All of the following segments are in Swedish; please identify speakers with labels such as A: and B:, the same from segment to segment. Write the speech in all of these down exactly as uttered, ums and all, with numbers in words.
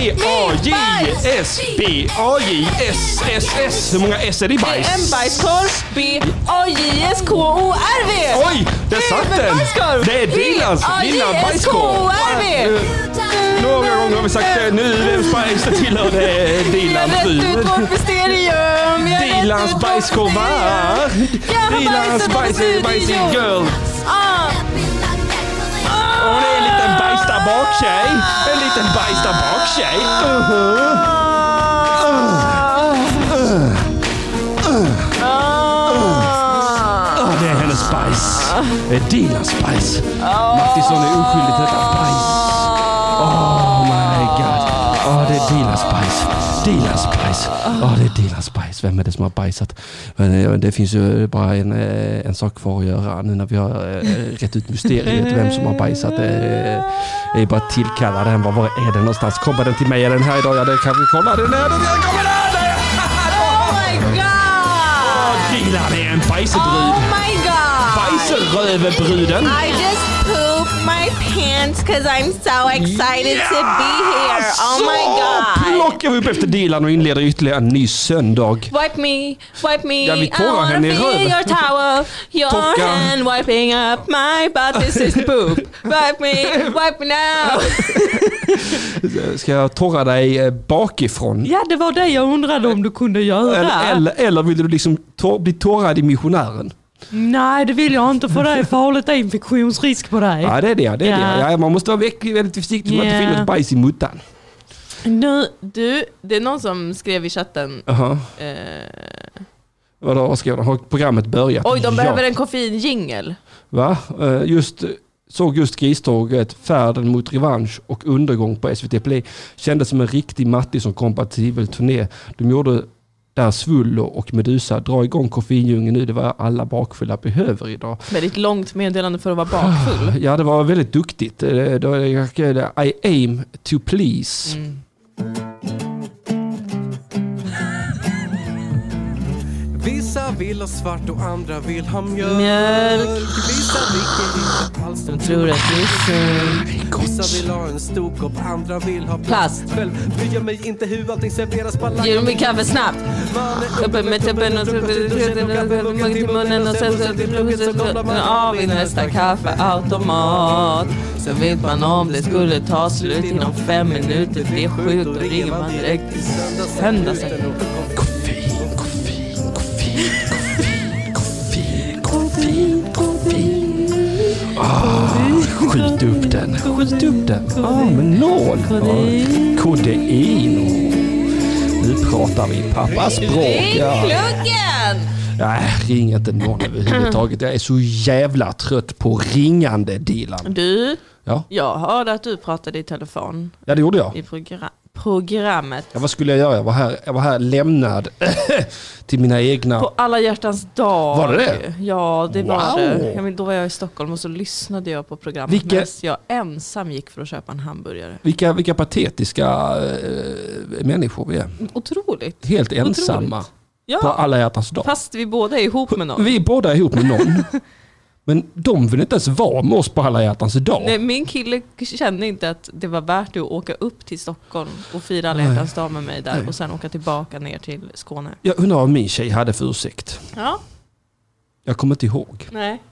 A: B A J S. B A J S S S. Hur många S är det i bajs?
B: Det är en bajskorv. B A J S K O R V.
A: Oj, det satt den. Det är Dilans lilla
B: B A J S K O R V.
A: Några gånger har vi sagt det. Nu är det bajs det tillhör det Dilans fru.
B: Rätt ut vårt mysterium.
A: Dilans bajskorvar. Dilans bajsig girl. Och det är en liten bajs där bak tjej. En liten bajs där bak tjej. Uh-huh. Det är hennes bajs. Det är Dilans bajs. Mattisson är oskyldig till detta bajs. Oh my god. Oh, det är Dilans bajs. Dilans bajs. Oh, det är Dilans bajs. Vem är det som har bajsat? Men det finns ju bara en, en sak kvar att göra nu när vi har rätt ut mysteriet. Vem som har bajsat. Det är bara att tillkalla den. Var är den någonstans? Kommer den till mig? Är den här idag? Ja, det kan vi kolla. Den är den. Kommer den!
B: Oh my god!
A: Dilan är en bajsebrud.
B: Oh my god!
A: Bajserövebruden.
B: I just pooped my pants because I'm so excited yeah! to be here. Oh
A: så
B: my god!
A: Plockar vi upp efter Dilan och inleder ytterligare en ny söndag.
B: Wipe me, wipe me.
A: Ja, vi
B: I wanna
A: henne i
B: feel
A: röven.
B: your towel, your
A: Torka.
B: hand wiping up my butt. This is the poop. Wipe me, wipe me now.
A: Ska jag torra dig bakifrån?
B: Ja, det var det jag undrade om du kunde göra.
A: Eller, eller, eller vill du liksom tor- bli torrad i missionären?
B: Nej, det vill jag inte, för det är farligt infektionsrisk på dig.
A: Ja, det är det. det, är
B: Ja.
A: det. Ja, man måste vara väldigt, väldigt försiktig så man
B: Ja.
A: inte fyller ett bajs i muttan.
B: Nu, du, det är någon som skrev i chatten.
A: Jaha.
B: Eh,
A: Vadå, vad ska jag? Har programmet börjat?
B: oj, de
A: Ja.
B: behöver en koffein-jingle.
A: Va? Eh, Just... Såg just Griståget, Färden mot revansch och undergång på S V T Play. Kändes som en riktig Mattisson kompatibel turné. De gjorde där Svullo och Medusa. Dra igång koffeindjungeln nu. Det var alla bakfulla behöver idag.
B: Väldigt långt meddelande för att vara bakfull.
A: Ja, det var väldigt duktigt. Det, det, det, I aim to please.
B: Mm.
C: Vissa vill ha svart och andra vill ha mjölk.
B: Mjölk.
C: Vissa dricker inte alls.
B: De tror att det är
C: Vissa vill ha en stor kopp, andra vill ha
B: plast.
C: Själv bryr jag mig inte hur allting serveras på alla.
B: Ge mig kaffe snabbt. Uppe med tuppen och mugg till munnen och sen så av i nästa kaffeautomat. Så vet man om det skulle ta slut inom fem minuter. Det är sjukt, då ringer man direkt till söndags.
A: Koffein, koffein, koffein, koffein, koffein, koffein. Ah, skjut upp den, skjut upp den. Ah, men noll. Ah, kodein. Nu pratar vi pappas språk. Ja.
B: Kluggen!
A: Nej, ring inte någon överhuvudtaget. Jag är så jävla trött på ringande, Dilan.
B: Du,
A: Ja,
B: jag hörde att du pratade i telefon
A: ja det gjorde jag.
B: i program- programmet.
A: Ja, vad skulle jag göra? Jag var här, jag var här lämnad till mina egna...
B: På alla hjärtans dag.
A: Var det det?
B: Ja, det var
A: Wow.
B: det. Jag men, då var jag i Stockholm och så lyssnade jag på programmet.
A: Vilka-
B: Medan jag ensam gick för att köpa en hamburgare.
A: Vilka, vilka patetiska äh, människor vi är.
B: Otroligt.
A: Helt ensamma
B: Otroligt. Ja,
A: på alla hjärtans dag.
B: fast vi båda är ihop med någon.
A: Vi är båda ihop med någon. Men de vill inte ens vara med oss på alla hjärtans dag.
B: Nej, min kille kände inte att det var värt att åka upp till Stockholm och fira alla hjärtans dag med mig där.
A: Nej.
B: Och sen åka tillbaka ner till Skåne.
A: Jag undrar vad min tjej hade för ursäkt.
B: Ja,
A: Jag kommer inte ihåg.
B: nej.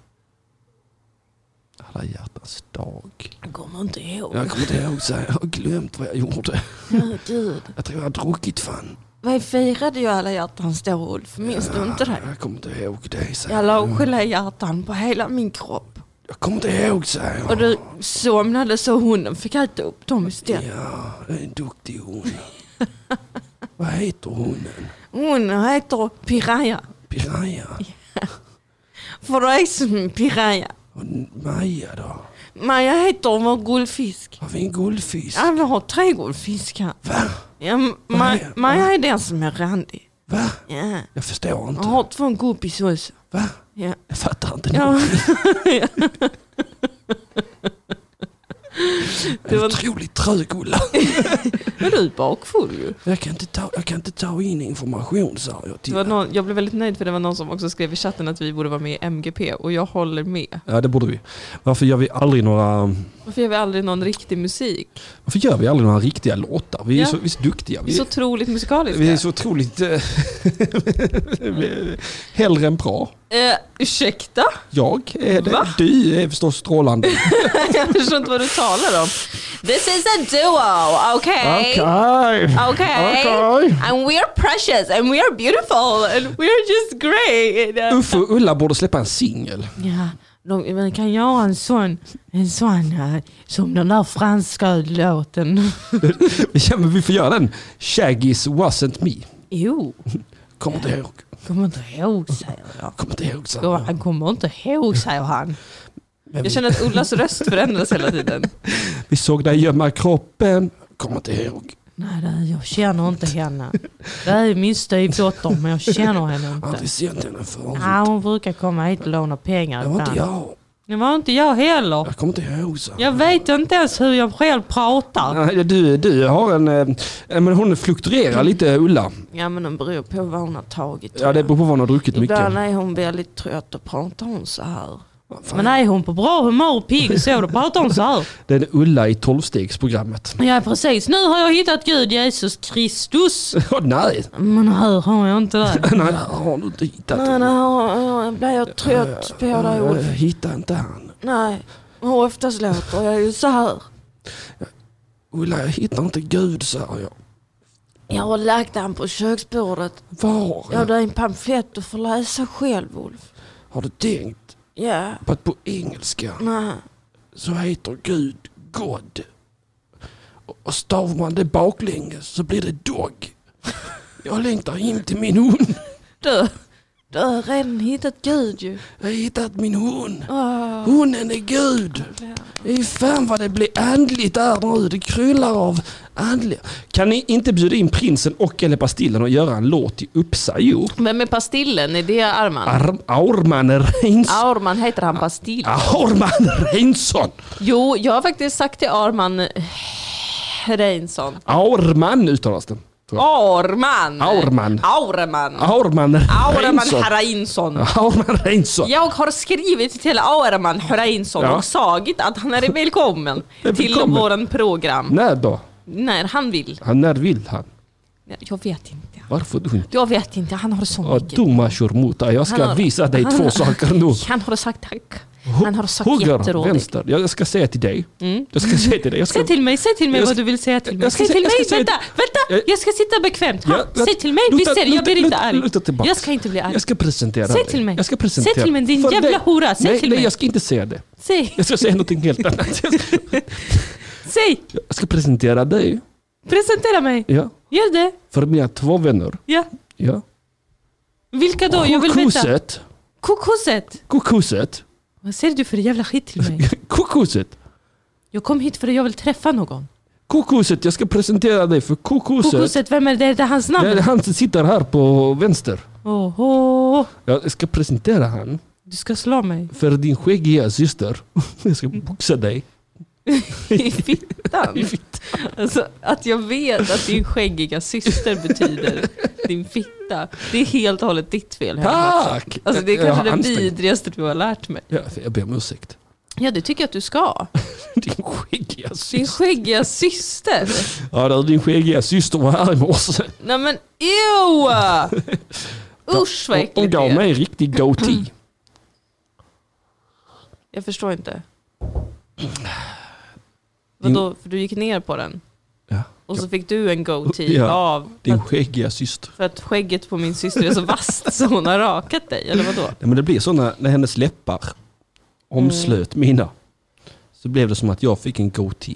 A: Alla hjärtans dag.
B: Jag kommer inte ihåg.
A: Jag kommer inte ihåg, så jag har glömt vad jag gjorde.
B: Ja, gud.
A: Jag tror jag har druckit fan.
B: Vad firade jag alla hjärtans dag, Ulf? Minns du inte det?
A: Jag kommer inte ihåg det. Så.
B: Jag la geléhjärtan på hela min kropp.
A: Jag kommer inte ihåg, så jag.
B: Och du somnade så hunden fick äta upp dem istället.
A: Ja, det är en duktig hund. Vad heter hunden?
B: Hon heter Piraya.
A: Piraya.
B: För det är som en piraya.
A: Och Maja då?
B: Maja heter vår guldfisk.
A: Har vi en guldfisk?
B: Ja, vi har tre guldfiskar.
A: Va?
B: Ja, Ma- Maja är den som är randig.
A: Va?
B: Ja.
A: Jag förstår
B: Jag
A: inte.
B: har två gubbis också.
A: Va?
B: Ja.
A: Jag fattar inte.
B: Ja.
A: nog.
B: Det var
A: Otroligt trög, Ulla.
B: Men du är bakfull ju.
A: Jag kan inte ta, jag kan inte ta in information, sa jag till.
B: Det var någon, jag blev väldigt nöjd för det var någon som också skrev i chatten att vi borde vara med i M G P och jag håller med.
A: Ja, det borde vi. Varför gör vi aldrig några...
B: Varför gör vi aldrig någon riktig musik?
A: Varför gör vi aldrig några riktiga låtar? Vi är,
B: Ja.
A: så, vi är så duktiga.
B: Vi är så otroligt musikaliska.
A: Vi är så otroligt... eh, hellre än bra.
B: Eh, ursäkta?
A: Jag är det.
B: Va?
A: Du är förstås strålande.
B: Jag förstår inte vad du talar om. This is a duo, okay?
A: Okej.
B: Okay.
A: Okej.
B: And we are precious and we are beautiful and we are just great.
A: Uffe och Ulla borde släppa en singel.
B: Ja, de, man kan göra en sån, en sån här, som den där franska låten.
A: Ja, men vi får göra den. Shaggy's Wasn't Me.
B: Jo,
A: Kommer inte ihåg.
B: kommer inte ihåg, säger jag.
A: Kommer inte ihåg. Så.
B: Jo, han kommer inte ihåg, säger han. Jag känner att Ullas röst förändras hela tiden.
A: Vi såg dig gömma kroppen. Kommer inte ihåg.
B: Nej, det, jag känner inte henne. Det är min styvdotter, men jag känner henne
A: Jag har
B: inte.
A: inte sett henne förut.
B: Ja, hon brukar komma hit och låna pengar.
A: Det var inte
B: ibland.
A: jag.
B: Det var inte jag heller.
A: Jag kommer inte ihåg. Så.
B: Jag vet inte ens hur jag själv pratar.
A: Nej, Du, du har en... eh, Men hon fluktuerar lite, Ulla.
B: Ja, men det beror på vad hon har tagit.
A: Ja, det beror på vad hon har druckit mycket.
B: Ibland är hon väldigt trött och pratar hon så här.
A: Fan.
B: Men är hon på bra humör och pigg så då pratar hon så här.
A: Det är Ulla i tolvstegsprogrammet.
B: Ja, precis. Nu har jag hittat Gud Jesus Kristus.
A: Oh, nej,
B: Men här har jag inte det.
A: nej, det har du inte hittat.
B: Nej, nej, jag blir jag trött på dig,
A: Jag
B: Ulf.
A: hittar inte han.
B: Nej, och oftast låter jag ju så här.
A: Ulla, jag hittar inte Gud, sa jag.
B: Jag har lagt han på köksbordet.
A: Var?
B: Ja, det är en pamflett du får läsa själv, Ulf.
A: Har du tänkt
B: Ja,
A: på att på engelska
B: nej.
A: så heter Gud God. Och stavar man det baklänges så blir det dog. Jag längtar in till min hund.
B: Du, du har redan hittat Gud ju.
A: Jag har hittat min hund.
B: Åh,
A: Hunden är Gud. Fy fan vad det blir andligt där nu. Det kryllar av andligt. Kan ni inte bjuda in prinsen och eller Pastillen och göra en låt i Uppsala?
B: vem är Pastillen? Är det Arman?
A: Ar- Aurman Reinsson.
B: Arman heter han Pastill.
A: Aurman Reinsson.
B: Jo, jag har faktiskt sagt till Arman Reinsson.
A: Aurman uttalas den.
B: Arman!
A: Aurman.
B: Aurman!
A: Aurman
B: Aurman
A: Reinsson.
B: Reinsson.
A: Aurman Reinsson.
B: Jag har skrivit till Aurman Reinsson
A: Ja.
B: och sagt att han är välkommen till
A: Välkommen.
B: våran program.
A: När då?
B: När han vill.
A: Han, när vill han?
B: Jag vet inte.
A: Varför du inte?
B: Jag vet inte, han har så
A: Ja,
B: mycket.
A: dumma körmota. Jag ska
B: Han har-
A: visa dig
B: han-
A: två saker nu.
B: Han har sagt tack. Han har sagt
A: Höger,
B: jätteroligt.
A: vänster. Jag ska säga till dig.
B: Mm.
A: Jag ska säga till dig. Jag ska...
B: Säg till mig, säg till mig
A: Jag
B: vad
A: ska-
B: du vill säga till mig.
A: jag ska
B: Säg
A: säga-
B: till
A: jag
B: mig,
A: ska säga-
B: vänta, vänta!
A: Jag-
B: Jag ska sitta bekvämt. Ha,
A: Ja,
B: säg till mig,
A: luta-
B: visst är det, jag blir
A: luta-
B: inte arg.
A: luta tillbaks.
B: Jag ska inte bli arg.
A: Jag ska presentera
B: Säg
A: dig.
B: till mig.
A: Jag ska presentera.
B: Säg till mig, din
A: För
B: jävla
A: dig-
B: hora. Säg
A: nej,
B: till
A: nej,
B: mig.
A: jag ska inte säga det.
B: Säg,
A: Jag ska säga någonting helt annat. Jag ska,
B: säg.
A: jag ska presentera dig.
B: Presentera mig.
A: Ja.
B: Gör det.
A: För mina två vänner.
B: Ja.
A: Ja.
B: Vilka då? Jag vill veta.
A: Kokoset.
B: Kokoset.
A: Kokoset.
B: Vad säger du för jävla skit till mig?
A: Kokoset.
B: Jag kom hit för att jag vill träffa någon.
A: Kokoset. Jag ska presentera dig för kokoset.
B: Kokoset, vem är det? Det är hans namn?
A: Det är han som sitter här på vänster.
B: Åh, åh.
A: Jag ska presentera han
B: Du ska slå mig.
A: för din skäggiga syster. Jag ska boxa dig.
B: I fittan. Alltså, att jag vet att din skäggiga syster betyder din fitta. Det är helt och hållet ditt fel. Hemma.
A: Tack!
B: Alltså, det är
A: Jag
B: kanske
A: har
B: det
A: ansträngt.
B: vidrigaste du har lärt mig.
A: Ja, jag ber om ursäkt.
B: Ja, det tycker jag att du ska.
A: Din skäggiga
B: Din
A: syster.
B: skäggiga syster.
A: Ja, det är din skäggiga syster var här i morse.
B: Nej men, ew! Usch vad
A: Hon
B: äckligt
A: gav
B: det är.
A: mig en riktig goatee.
B: Jag förstår inte.
A: Din-
B: Vadå? För du gick ner på den.
A: Ja.
B: Och så fick du en goatee
A: Ja,
B: av
A: Din
B: att,
A: skäggiga syster.
B: för att skägget på min syster är så vasst så hon har rakat dig, eller vadå?
A: Nej, men det blir så när, när hennes läppar omslöt
B: Mm.
A: mina. Så blev det som att jag fick en goatee.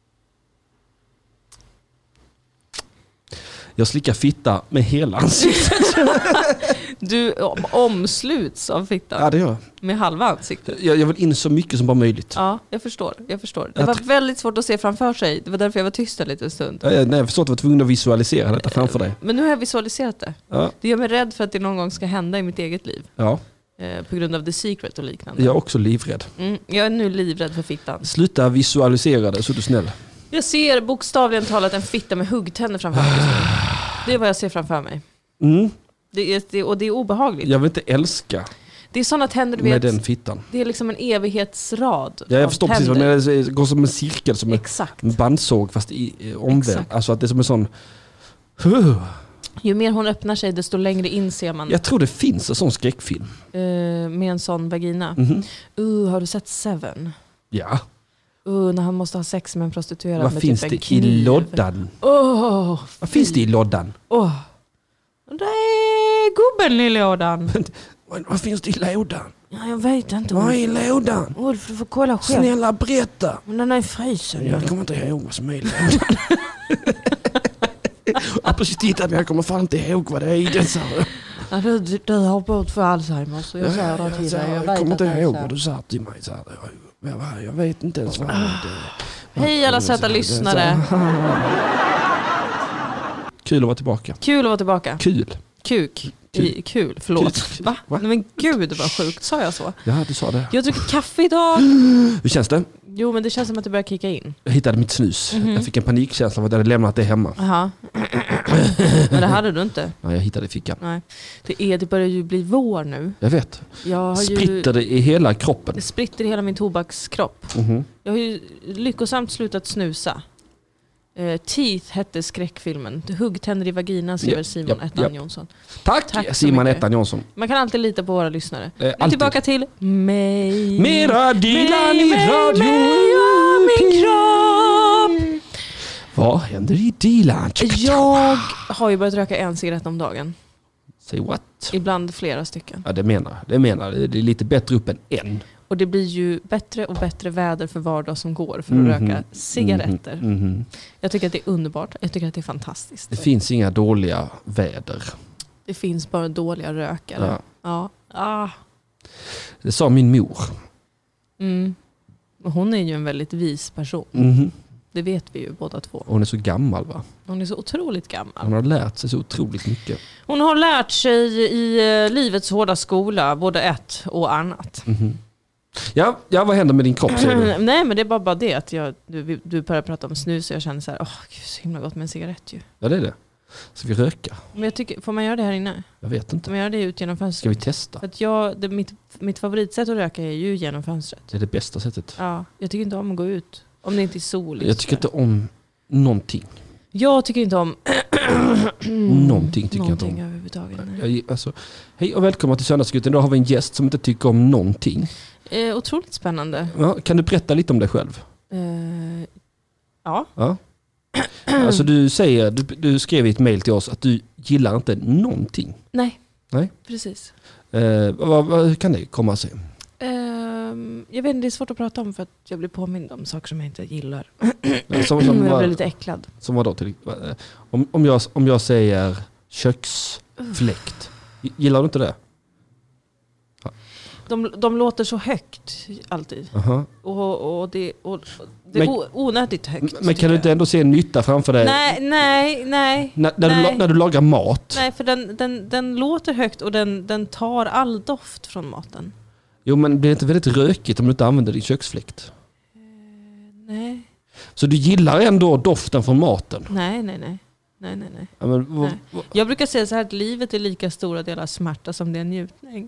A: Jag slickar fitta med hela ansiktet.
B: Du om- omsluts av fittan
A: Ja, det gör jag.
B: med halva ansiktet.
A: jag. Jag vill in så mycket som bara möjligt.
B: Ja, jag förstår. Jag förstår. Det
A: Jag
B: var
A: tr-
B: väldigt svårt att se framför sig. Det var därför jag var tyst en liten stund.
A: Jag, nej, jag förstår att jag var tvungen att visualisera detta framför dig.
B: Men nu har jag visualiserat det.
A: Ja,
B: Det gör mig rädd för att det någon gång ska hända i mitt eget liv.
A: ja.
B: Eh, på grund av The Secret och liknande.
A: Jag är också livrädd.
B: Mm, jag är nu livrädd för fittan.
A: Sluta visualisera det så är du snäll.
B: Jag ser bokstavligen talat en fitta med huggtänder framför mig. Det är vad jag ser framför mig.
A: Mm.
B: Det är, det, och det är obehagligt.
A: Jag vill inte älska
B: Det är sådana tänder du
A: med
B: vet.
A: den fittan.
B: Det är liksom en evighetsrad.
A: Ja, jag förstår
B: tänder.
A: precis vad det går som en cirkel, som
B: Exakt.
A: en bandsåg fast i, i omvänd.
B: Exakt.
A: Alltså att det är som en sån...
B: Ju mer hon öppnar sig desto längre in ser man.
A: Jag tror det finns en sån skräckfilm.
B: Uh, med en sån vagina.
A: Mm-hmm.
B: Uh, har du sett Seven?
A: Ja.
B: Uh, när han måste ha sex med en prostituerad
A: Vad
B: med
A: finns
B: typ en
A: det
B: kniv.
A: i loddan?
B: Oh,
A: Vad finns det i loddan?
B: Oh. Det är gubben i lådan.
A: Vad, vad finns det i lådan?
B: Ja, jag vet inte.
A: Vad är i lådan?
B: Ulf, du får kolla själv.
A: Snälla berätta.
B: Men den är i frysen.
A: Jag kommer inte ihåg vad som är i lådan. Jag har precis tittat men jag kommer fan inte ihåg vad det är i den.
B: Ja, du, du har bort för Alzheimer så jag säger det till dig.
A: Jag, jag, jag kommer inte ihåg vad du sa till mig. Så här, jag, jag vet inte ens vad det är.
B: Hej alla söta lyssnare.
A: Kul att vara tillbaka.
B: Kul att vara tillbaka.
A: Kul.
B: Kuk. I, kul, förlåt.
A: Kul.
B: Va?
A: Va?
B: Nej, men gud vad sjukt, sa jag så?
A: Ja, du sa det.
B: Jag har druckit kaffe idag.
A: Hur känns det?
B: Jo, men det känns som att det börjar kicka in.
A: Jag hittade mitt snus. Mm-hmm. Jag fick en panikkänsla av att jag hade lämnat det hemma.
B: Jaha. Men det hade du inte.
A: Ja, jag hittade det i fickan.
B: Nej. Det, är, det börjar ju bli vår nu.
A: Jag vet.
B: Jag har
A: Spritter
B: ju,
A: det i hela kroppen.
B: det spritter i hela min tobakskropp.
A: Mm-hmm.
B: Jag har ju lyckosamt slutat snusa. Uh, Teeth hette skräckfilmen. Huggtänder i vaginan skriver
A: Yep,
B: Simon
A: yep,
B: Ettan
A: yep.
B: Jonsson.
A: Tack,
B: Tack så
A: Simon
B: mycket.
A: Ettan Jonsson.
B: Man kan alltid lita på våra lyssnare.
A: Eh,
B: Nu
A: alltid.
B: tillbaka till mig.
A: Mera Dilan i
B: mig,
A: radio.
B: mig och min kropp.
A: Vad händer i Dilan?
B: Jag har ju börjat röka en cigarett om dagen.
A: Say what?
B: Ibland flera stycken.
A: Ja, det menar det menar. Det är lite bättre upp än en.
B: Och det blir ju bättre och bättre väder för var dag som går för att
A: Mm-hmm.
B: röka cigaretter.
A: Mm-hmm. Mm-hmm.
B: Jag tycker att det är underbart. Jag tycker att det är fantastiskt.
A: Det finns inga dåliga väder.
B: Det finns bara dåliga rökare.
A: Ja.
B: Ja. Ah.
A: Det sa min mor.
B: Mm. Och hon är ju en väldigt vis person.
A: Mm-hmm.
B: Det vet vi ju båda två.
A: Hon är så gammal, va?
B: Hon är så otroligt gammal.
A: Hon har lärt sig så otroligt mycket.
B: Hon har lärt sig i eh, livets hårda skola både ett och annat.
A: Mm-hmm. Ja, ja, vad händer med din kropp, säger du?
B: Nej, men det är bara, bara det att jag, du, du börjar prata om snus och jag känner så här, åh gud, så himla gott med en cigarett ju.
A: Ja, det är det. Ska vi röka?
B: Men jag tycker, får man göra det här inne?
A: Jag vet inte.
B: Får man göra det ut genom
A: Ska
B: fönstret?
A: vi testa?
B: För att jag, det, mitt, mitt favoritsätt att röka är ju genom fönstret.
A: Det är det bästa sättet.
B: Ja, jag tycker inte om att gå ut. Om det inte är soligt.
A: Jag tycker inte om någonting.
B: Jag tycker inte om
A: Någonting tycker jag inte
B: någonting
A: om.
B: överhuvudtaget. Nej.
A: Jag, alltså, hej och välkomna till Söndagsgutten. Idag har vi en gäst som inte tycker om någonting.
B: Eh, otroligt spännande.
A: Ja, kan du berätta lite om dig själv?
B: Eh, ja.
A: Ja. Alltså du säger, du, du skrev i ett mejl till oss att du gillar inte någonting.
B: Nej.
A: Nej.
B: Precis.
A: Eh, vad, vad, hur kan det komma sig?
B: Um, jag vet inte, det är svårt att prata om för att jag blir påmind om saker som jag inte gillar.
A: Som, som,
B: jag
A: var,
B: blir lite äcklad.
A: som var då till, om, om, jag, om jag säger köksfläkt, gillar du inte det?
B: De, de låter så högt alltid.
A: Uh-huh.
B: Och, och det, och det
A: Men-
B: är o, onödigt högt.
A: Men kan
B: tycker
A: du inte
B: jag.
A: ändå se en nytta framför dig?
B: Nej, nej, nej.
A: När, när, du,
B: nej.
A: la- när du lagar mat?
B: Nej, för den, den, den låter högt och den, den tar all doft från maten.
A: Jo, men blir det inte väldigt rökigt om du inte använder din köksfläkt?
B: Nej,
A: Så du gillar ändå doften från maten?
B: nej, nej, nej. Nej, nej, nej.
A: Ja, men, vad,
B: Nej. Jag brukar säga så här att livet är lika stora delar smärta som det är njutning.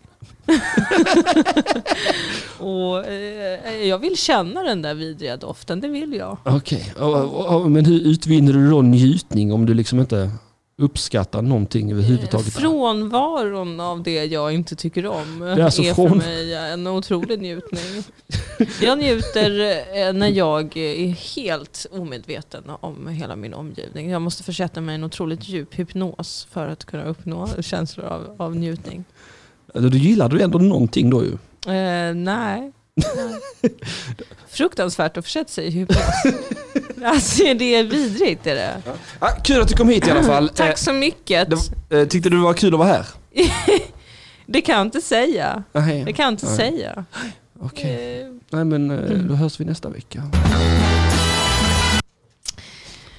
B: och eh, jag vill känna den där vidriga doften, det vill jag.
A: Okej, och- och- och- men hur utvinner du då njutning om du liksom inte uppskattar någonting överhuvudtaget?
B: Frånvaron av det jag inte tycker om
A: är alltså
B: är
A: från-
B: för mig en otrolig njutning. Jag njuter eh, när jag är helt omedveten om hela min omgivning. Jag måste försätta mig i en otroligt djup hypnos för att kunna uppnå känslor av, av njutning.
A: Alltså, du gillar du ändå någonting då ju?
B: Eh, nej. nej. Fruktansvärt att försätta sig i hypnos. Alltså det är vidrigt är det.
A: Ah, kul att du kom hit i alla fall.
B: Tack så mycket.
A: Eh, det, eh, tyckte du det var kul att vara här?
B: Det kan jag inte säga.
A: Nej,
B: Det kan jag inte
A: Nej.
B: säga.
A: okej.
B: Eh,
A: Nej, men eh, då hörs vi nästa vecka.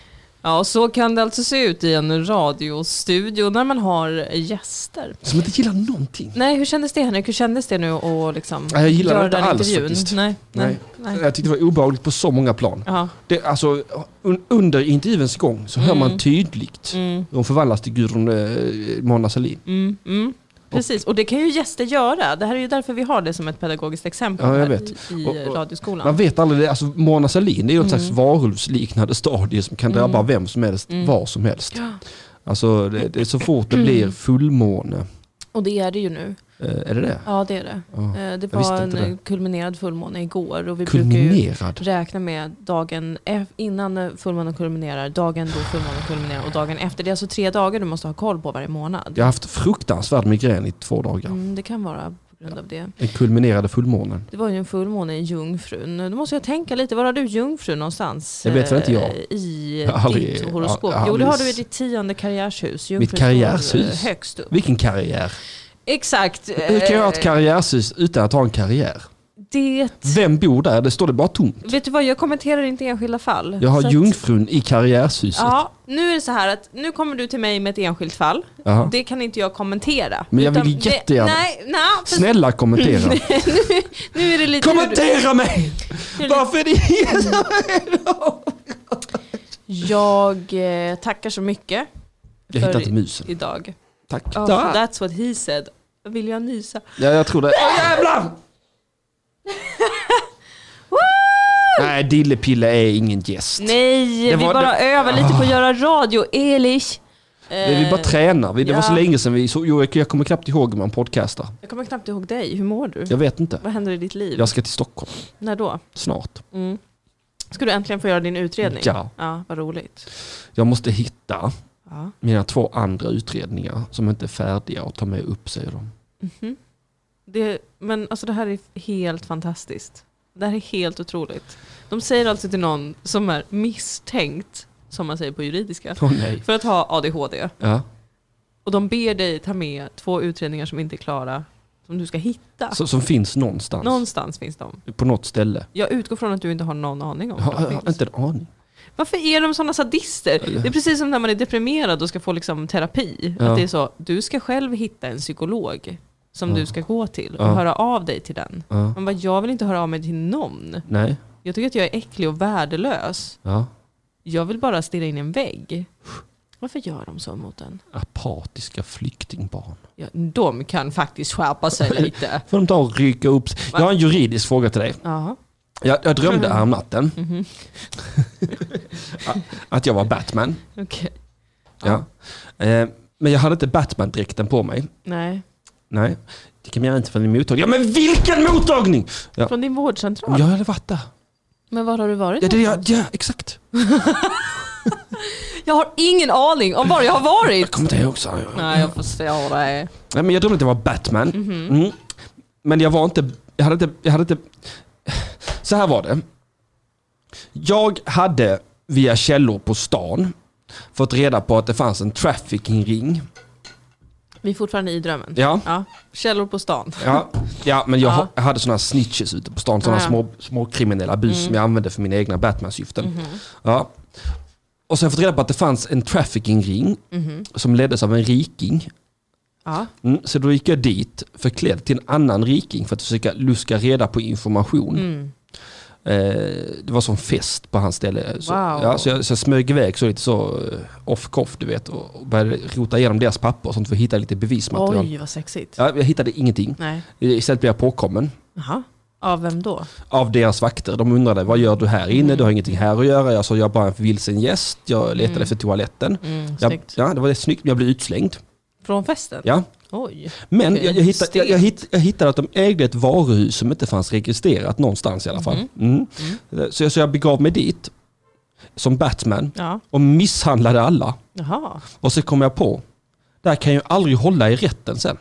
B: Ja, och så kan det alltså se ut i en radiostudio när man har gäster.
A: Som inte gillar någonting.
B: Nej, hur kändes det, Henrik? Hur kändes det nu att liksom
A: jag gillar
B: göra
A: det inte
B: den
A: alls
B: intervjun?
A: faktiskt.
B: Nej, nej,
A: Nej.
B: nej.
A: Jag tyckte det var obehagligt på så många plan.
B: Ja.
A: Det, alltså, un, under intervjuens gång så hör
B: Mm.
A: man tydligt
B: Mm.
A: hur hon förvandlas till Gudrun eh, Mona Sahlin.
B: Mm. Mm. Precis, och det kan ju gäster göra. Det här är ju därför vi har det som ett pedagogiskt exempel
A: Ja, jag
B: här
A: vet.
B: i, i
A: Och- och-
B: radioskolan.
A: Man vet aldrig det. Alltså, Mona Sahlin är ju något
B: Mm.
A: slags varulvsliknande stadie som kan drabba
B: Mm.
A: vem som helst,
B: Mm.
A: var som helst.
B: Ja.
A: Alltså, det, det är så fort det blir fullmåne.
B: Och det är det ju nu.
A: Eh, är det det?
B: Ja, det är det.
A: Ja.
B: Eh, Det
A: Jag visste
B: var
A: inte
B: en
A: det.
B: kulminerad fullmåne igår. Och vi brukar ju
A: Kulminerad.
B: räkna med dagen e- innan fullmånen kulminerar, dagen då fullmånen kulminerar och dagen efter. Det är alltså tre dagar du måste ha koll på varje månad.
A: Jag har haft fruktansvärd migrän i två dagar.
B: Mm, det kan vara på grund av det.
A: Den kulminerade fullmånen.
B: Det var ju en fullmåne i Jungfrun. Då måste jag tänka lite, var har du Jungfrun någonstans?
A: Det vet väl inte jag.
B: eh, I
A: Jag har aldrig-
B: ditt horoskop?
A: jag har
B: Jo, det har du i
A: aldrig-
B: ditt tionde karriärshus.
A: Mitt
B: Jungfrun
A: karriärshus?
B: står, eh, högst upp.
A: Vilken karriär?
B: Exakt.
A: Hur kan jag ha ett
B: eh,
A: karriärshus utan att ha en karriär?
B: Det...
A: Vem bor där? Det står det bara tomt.
B: Vet du vad, jag kommenterar inte enskilda fall.
A: Jag har
B: Så att-
A: Jungfrun i karriärshuset.
B: Ja, nu är det så här att nu kommer du till mig med ett enskilt fall.
A: Jaha.
B: Det kan inte jag kommentera.
A: Men jag vill
B: Utan det-
A: jättegärna.
B: Nej, nej. för-
A: Snälla kommentera.
B: nu, nu är det lite...
A: Kommentera mig!
B: Nu är det-
A: Varför är det ingen som
B: Jag eh, tackar så mycket
A: Jag
B: för
A: hittar inte musen.
B: idag.
A: Tack.
B: Oh,
A: Där.
B: that's what he said. Vill jag nysa?
A: Ja, jag tror det. Åh jävlar! Nej, Dillepille är ingen gäst.
B: Nej,
A: Det
B: vi
A: var-
B: bara
A: det-
B: övar lite på att göra radio. Elish.
A: Det vi bara tränar. Vi- Det var så
B: ja.
A: länge sedan vi så, jo, jag kommer knappt ihåg hur man podcastar.
B: Jag kommer knappt ihåg dig. Hur mår du?
A: Jag vet inte.
B: Vad händer i ditt liv?
A: Jag ska till Stockholm
B: När då?
A: snart.
B: Mm. Ska du äntligen få göra din utredning?
A: Ja.
B: Ja, vad roligt.
A: Jag måste hitta
B: Ja.
A: mina två andra utredningar som inte är färdiga och ta med upp, säger de.
B: Mhm. Det, men alltså det här är helt fantastiskt. Det här är helt otroligt. De säger alltså till någon som är misstänkt, som man säger på juridiska,
A: Åh nej.
B: för att ha A D H D.
A: Ja.
B: Och de ber dig ta med två utredningar som inte är klara, som du ska hitta.
A: Så, som finns någonstans.
B: Någonstans finns de.
A: På något ställe.
B: Jag utgår från att du inte har någon aning om
A: Jag
B: var
A: har,
B: de
A: jag har
B: finns.
A: inte en aning.
B: Varför är de sådana sadister? Det är precis som när man är deprimerad och ska få liksom terapi.
A: Ja.
B: Att det är så, du ska själv hitta en psykolog som
A: Ja.
B: du ska gå till och
A: Ja.
B: höra av dig till den.
A: Ja.
B: Men vad, jag vill inte höra av mig till någon.
A: Nej.
B: Jag tycker att jag är äcklig och värdelös.
A: Ja.
B: Jag vill bara stirra in i en vägg. Varför gör de så mot en?
A: Apatiska flyktingbarn.
B: Ja, de kan faktiskt skärpa sig lite.
A: Får de ta och rycka upp sig? Jag har en juridisk fråga till dig.
B: Ja.
A: Jag, jag drömde häromnatten
B: Mhm.
A: att jag var Batman.
B: Okej.
A: Ja. Eh, men jag hade inte Batman-dräkten på mig.
B: Nej.
A: Nej. Det kan man göra inte från din mottagning. Ja, men vilken mottagning! Ja.
B: Från din vårdcentral?
A: Jag hade varit där.
B: Men var har du varit?
A: Ja, det, ja,
B: någonstans?
A: ja exakt.
B: Jag har ingen aning om var jag har varit.
A: Jag kommer inte ihåg så.
B: Nej, jag förstår det.
A: Nej, men jag drömde att jag var Batman.
B: Mhm.
A: Mm. Men jag var inte... Jag hade inte... Jag hade inte... Så här var det. Jag hade via källor på stan fått reda på att det fanns en trafficking-ring.
B: Vi är fortfarande i drömmen.
A: Ja.
B: Ja. Källor på stan.
A: Ja, ja men jag,
B: Ja.
A: ha- jag hade sådana snitches ute på stan. Sådana
B: Ja, ja.
A: små, små kriminella bus
B: Mm.
A: som jag använde för mina egna Batman-syften.
B: Mhm.
A: Ja. Och så har jag fått reda på att det fanns en trafficking-ring
B: Mhm.
A: som leddes av en riking.
B: Ja.
A: Mm, så då gick jag dit förklädd till en annan riking för att försöka luska reda på information.
B: Mm.
A: Eh, det var som fest på hans ställe. Så,
B: Wow.
A: ja, så, jag, så jag smög iväg så lite så eh, off-coff, du vet, och, och började rota igenom deras papper och sånt för att hitta lite bevismaterial.
B: Oj, vad sexigt.
A: Ja, jag hittade ingenting.
B: Nej.
A: Istället blev jag påkommen
B: Jaha. Av vem då?
A: av deras vakter. De undrade, vad gör du här inne?
B: Mm.
A: Du har ingenting här att göra. Jag sa, jag är bara en vilsen gäst. Jag letade
B: Mm.
A: efter toaletten.
B: Mm,
A: Jag,
B: snyggt.
A: ja, det var det snyggt, men jag blev utslängd.
B: Från festen?
A: Ja.
B: Oj.
A: Men
B: Okej.
A: jag, jag, hittade, jag, jag,
B: Stelt.
A: hitt, jag hittade att de ägde ett varuhus som inte fanns registrerat någonstans i alla fall. Mm. Så, jag, så jag begav mig dit som Batman
B: Ja.
A: och misshandlade alla.
B: Jaha.
A: Och så kom jag på, det här kan jag ju aldrig hålla i rätten sen.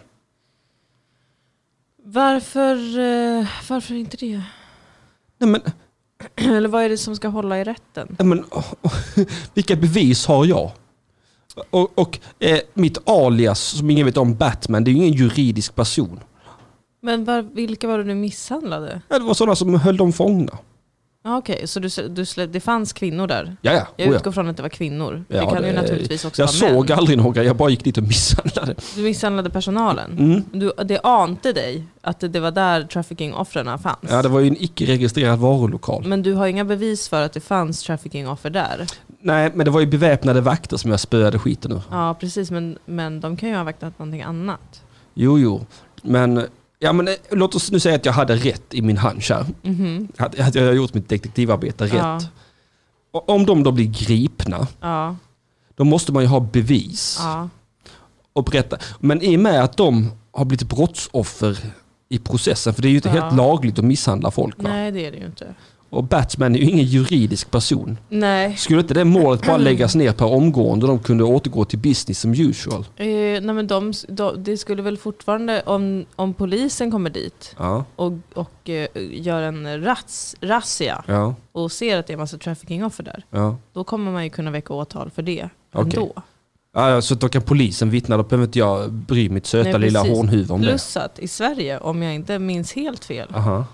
B: Varför, eh, varför inte det?
A: Nej, men,
B: Eller vad är det som ska hålla i rätten?
A: nej, men, oh, oh, vilka bevis har jag? Och, och eh, mitt alias, som ingen vet om, Batman, det är ju ingen juridisk person.
B: Men var, vilka var det du misshandlade?
A: Ja, det var sådana som höll dem fångna.
B: Ah, Okej, okay. Så du, du slä, det fanns kvinnor där?
A: Ja, ja.
B: Jag
A: oh,
B: utgår
A: ja.
B: från att det var kvinnor.
A: Ja,
B: det kan
A: det,
B: ju naturligtvis också
A: jag
B: vara
A: såg
B: män.
A: aldrig några, jag bara gick dit och misshandlade.
B: Du misshandlade personalen?
A: Mm.
B: Du, det ante dig att det, det var där trafficking-offrarna fanns?
A: Ja, det var ju en icke-registrerad varulokal.
B: Men du har inga bevis för att det fanns trafficking-offer där?
A: Nej, men det var ju beväpnade vakter som jag spöade skiten ur.
B: Ja, precis. Men, men de kan ju ha vaktat någonting annat.
A: Jo, jo. Men, ja, men låt oss nu säga att jag hade rätt i min hunch här.
B: Mm-hmm.
A: Att, att jag har gjort mitt detektivarbete rätt.
B: Ja.
A: Och om de då blir gripna,
B: Ja.
A: då måste man ju ha bevis.
B: Ja.
A: Och berätta. Men i och med att de har blivit brottsoffer i processen, för det är ju inte
B: Ja.
A: helt lagligt att misshandla folk. Va?
B: Nej, det är det ju inte.
A: Och Batman är ju ingen juridisk person.
B: Nej.
A: Skulle inte det målet bara läggas ner per omgående och de kunde återgå till business som usual?
B: Eh, nej men de, de, det skulle väl fortfarande, om, om polisen kommer dit
A: Ja,
B: och, och eh, gör en rats, razzia
A: ja,
B: och ser att det är en massa trafficking-offer där,
A: ja.
B: då kommer man ju kunna väcka åtal för det
A: Okej.
B: ändå.
A: Ja, så då kan polisen vittna, då behöver inte jag bry mitt söta
B: Nej,
A: lilla
B: precis.
A: hornhuvud om
B: Plus att i Sverige, om jag inte minns helt fel,
A: det. Aha.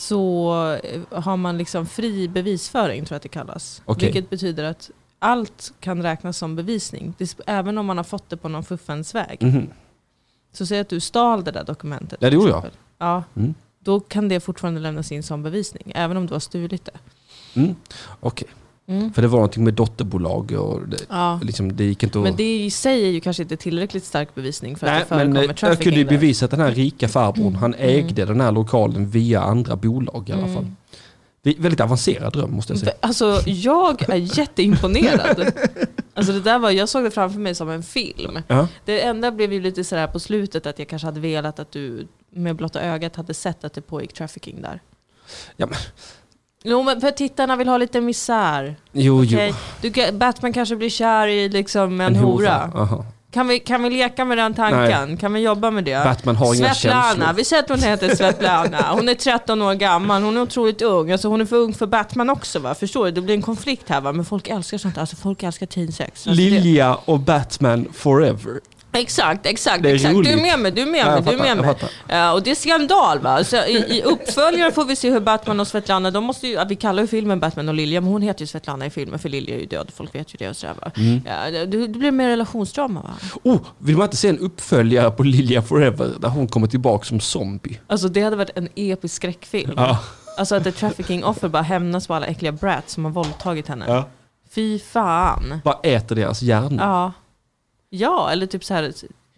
B: så eh, har man liksom fri bevisföring, tror jag att det kallas.
A: Okej.
B: Vilket betyder att allt kan räknas som bevisning. Det, även om man har fått det på någon fuffens väg.
A: Mhm.
B: Så säg att du stal det där dokumentet.
A: Ja, det
B: till
A: gjorde jag.
B: exempel. Ja,
A: Mm.
B: då kan det fortfarande lämnas in som bevisning. Även om du har stulit det.
A: Mm. Okej,
B: Mm.
A: för det var någonting med dotterbolag och det,
B: Ja.
A: liksom, det gick inte att...
B: Men det i sig är ju kanske inte tillräckligt stark bevisning för
A: Nej,
B: att det
A: men
B: förekommer
A: eh, jag
B: trafficking
A: kunde ju
B: där.
A: bevisa att den här rika farbrorn,
B: Mm.
A: han ägde den här lokalen via andra bolag i alla
B: Mm.
A: fall. Det är väldigt avancerad dröm, måste jag säga.
B: Alltså jag är jätteimponerad. Alltså det där var, jag såg det framför mig som en film.
A: Ja.
B: Det enda blev ju lite sådär på slutet att jag kanske hade velat att du med blotta ögat hade sett att det pågick trafficking där.
A: Ja, men,
B: Jo, men för tittarna vill ha lite misär.
A: jo,
B: Okay.
A: jo.
B: Du, kan- Batman kanske blir kär i liksom en, hora.
A: Aha.
B: Kan vi, kan vi leka med den tanken?
A: Nej.
B: Kan vi jobba med det?
A: Batman har inga
B: Svetlana,
A: känslor.
B: vi säger att hon heter Svetlana. Hon är tretton år gammal, hon är otroligt ung. Alltså hon är för ung för Batman också, va? Förstår du? Det blir en konflikt här, va? Men folk älskar sånt. Alltså folk älskar teen sex. Alltså, det...
A: Lilja och Batman forever.
B: Exakt, exakt,
A: Det är
B: exakt.
A: roligt.
B: Du är med mig, du är med
A: Ja,
B: mig,
A: jag
B: du är
A: fattar,
B: med
A: jag
B: mig.
A: fattar.
B: Ja, och det är skandal, va? Så i, i uppföljare får vi se hur Batman och Svetlana, de måste ju, ja, vi kallar ju filmen Batman och Lilja, men hon heter ju Svetlana i filmen, för Lilja är ju död, folk vet ju det och sådär, va?
A: Mm.
B: Ja, det, det blir mer relationsdrama, va?
A: Oh, vill man inte se en uppföljare på Lilja Forever där hon kommer tillbaka som zombie?
B: Alltså det hade varit en episk skräckfilm.
A: Ja.
B: Alltså att ett trafficking-offer bara hämnas på alla äckliga brats som har våldtagit henne.
A: Ja.
B: Fy fan.
A: Bara äter deras hjärna.
B: Ja. Ja, eller typ så här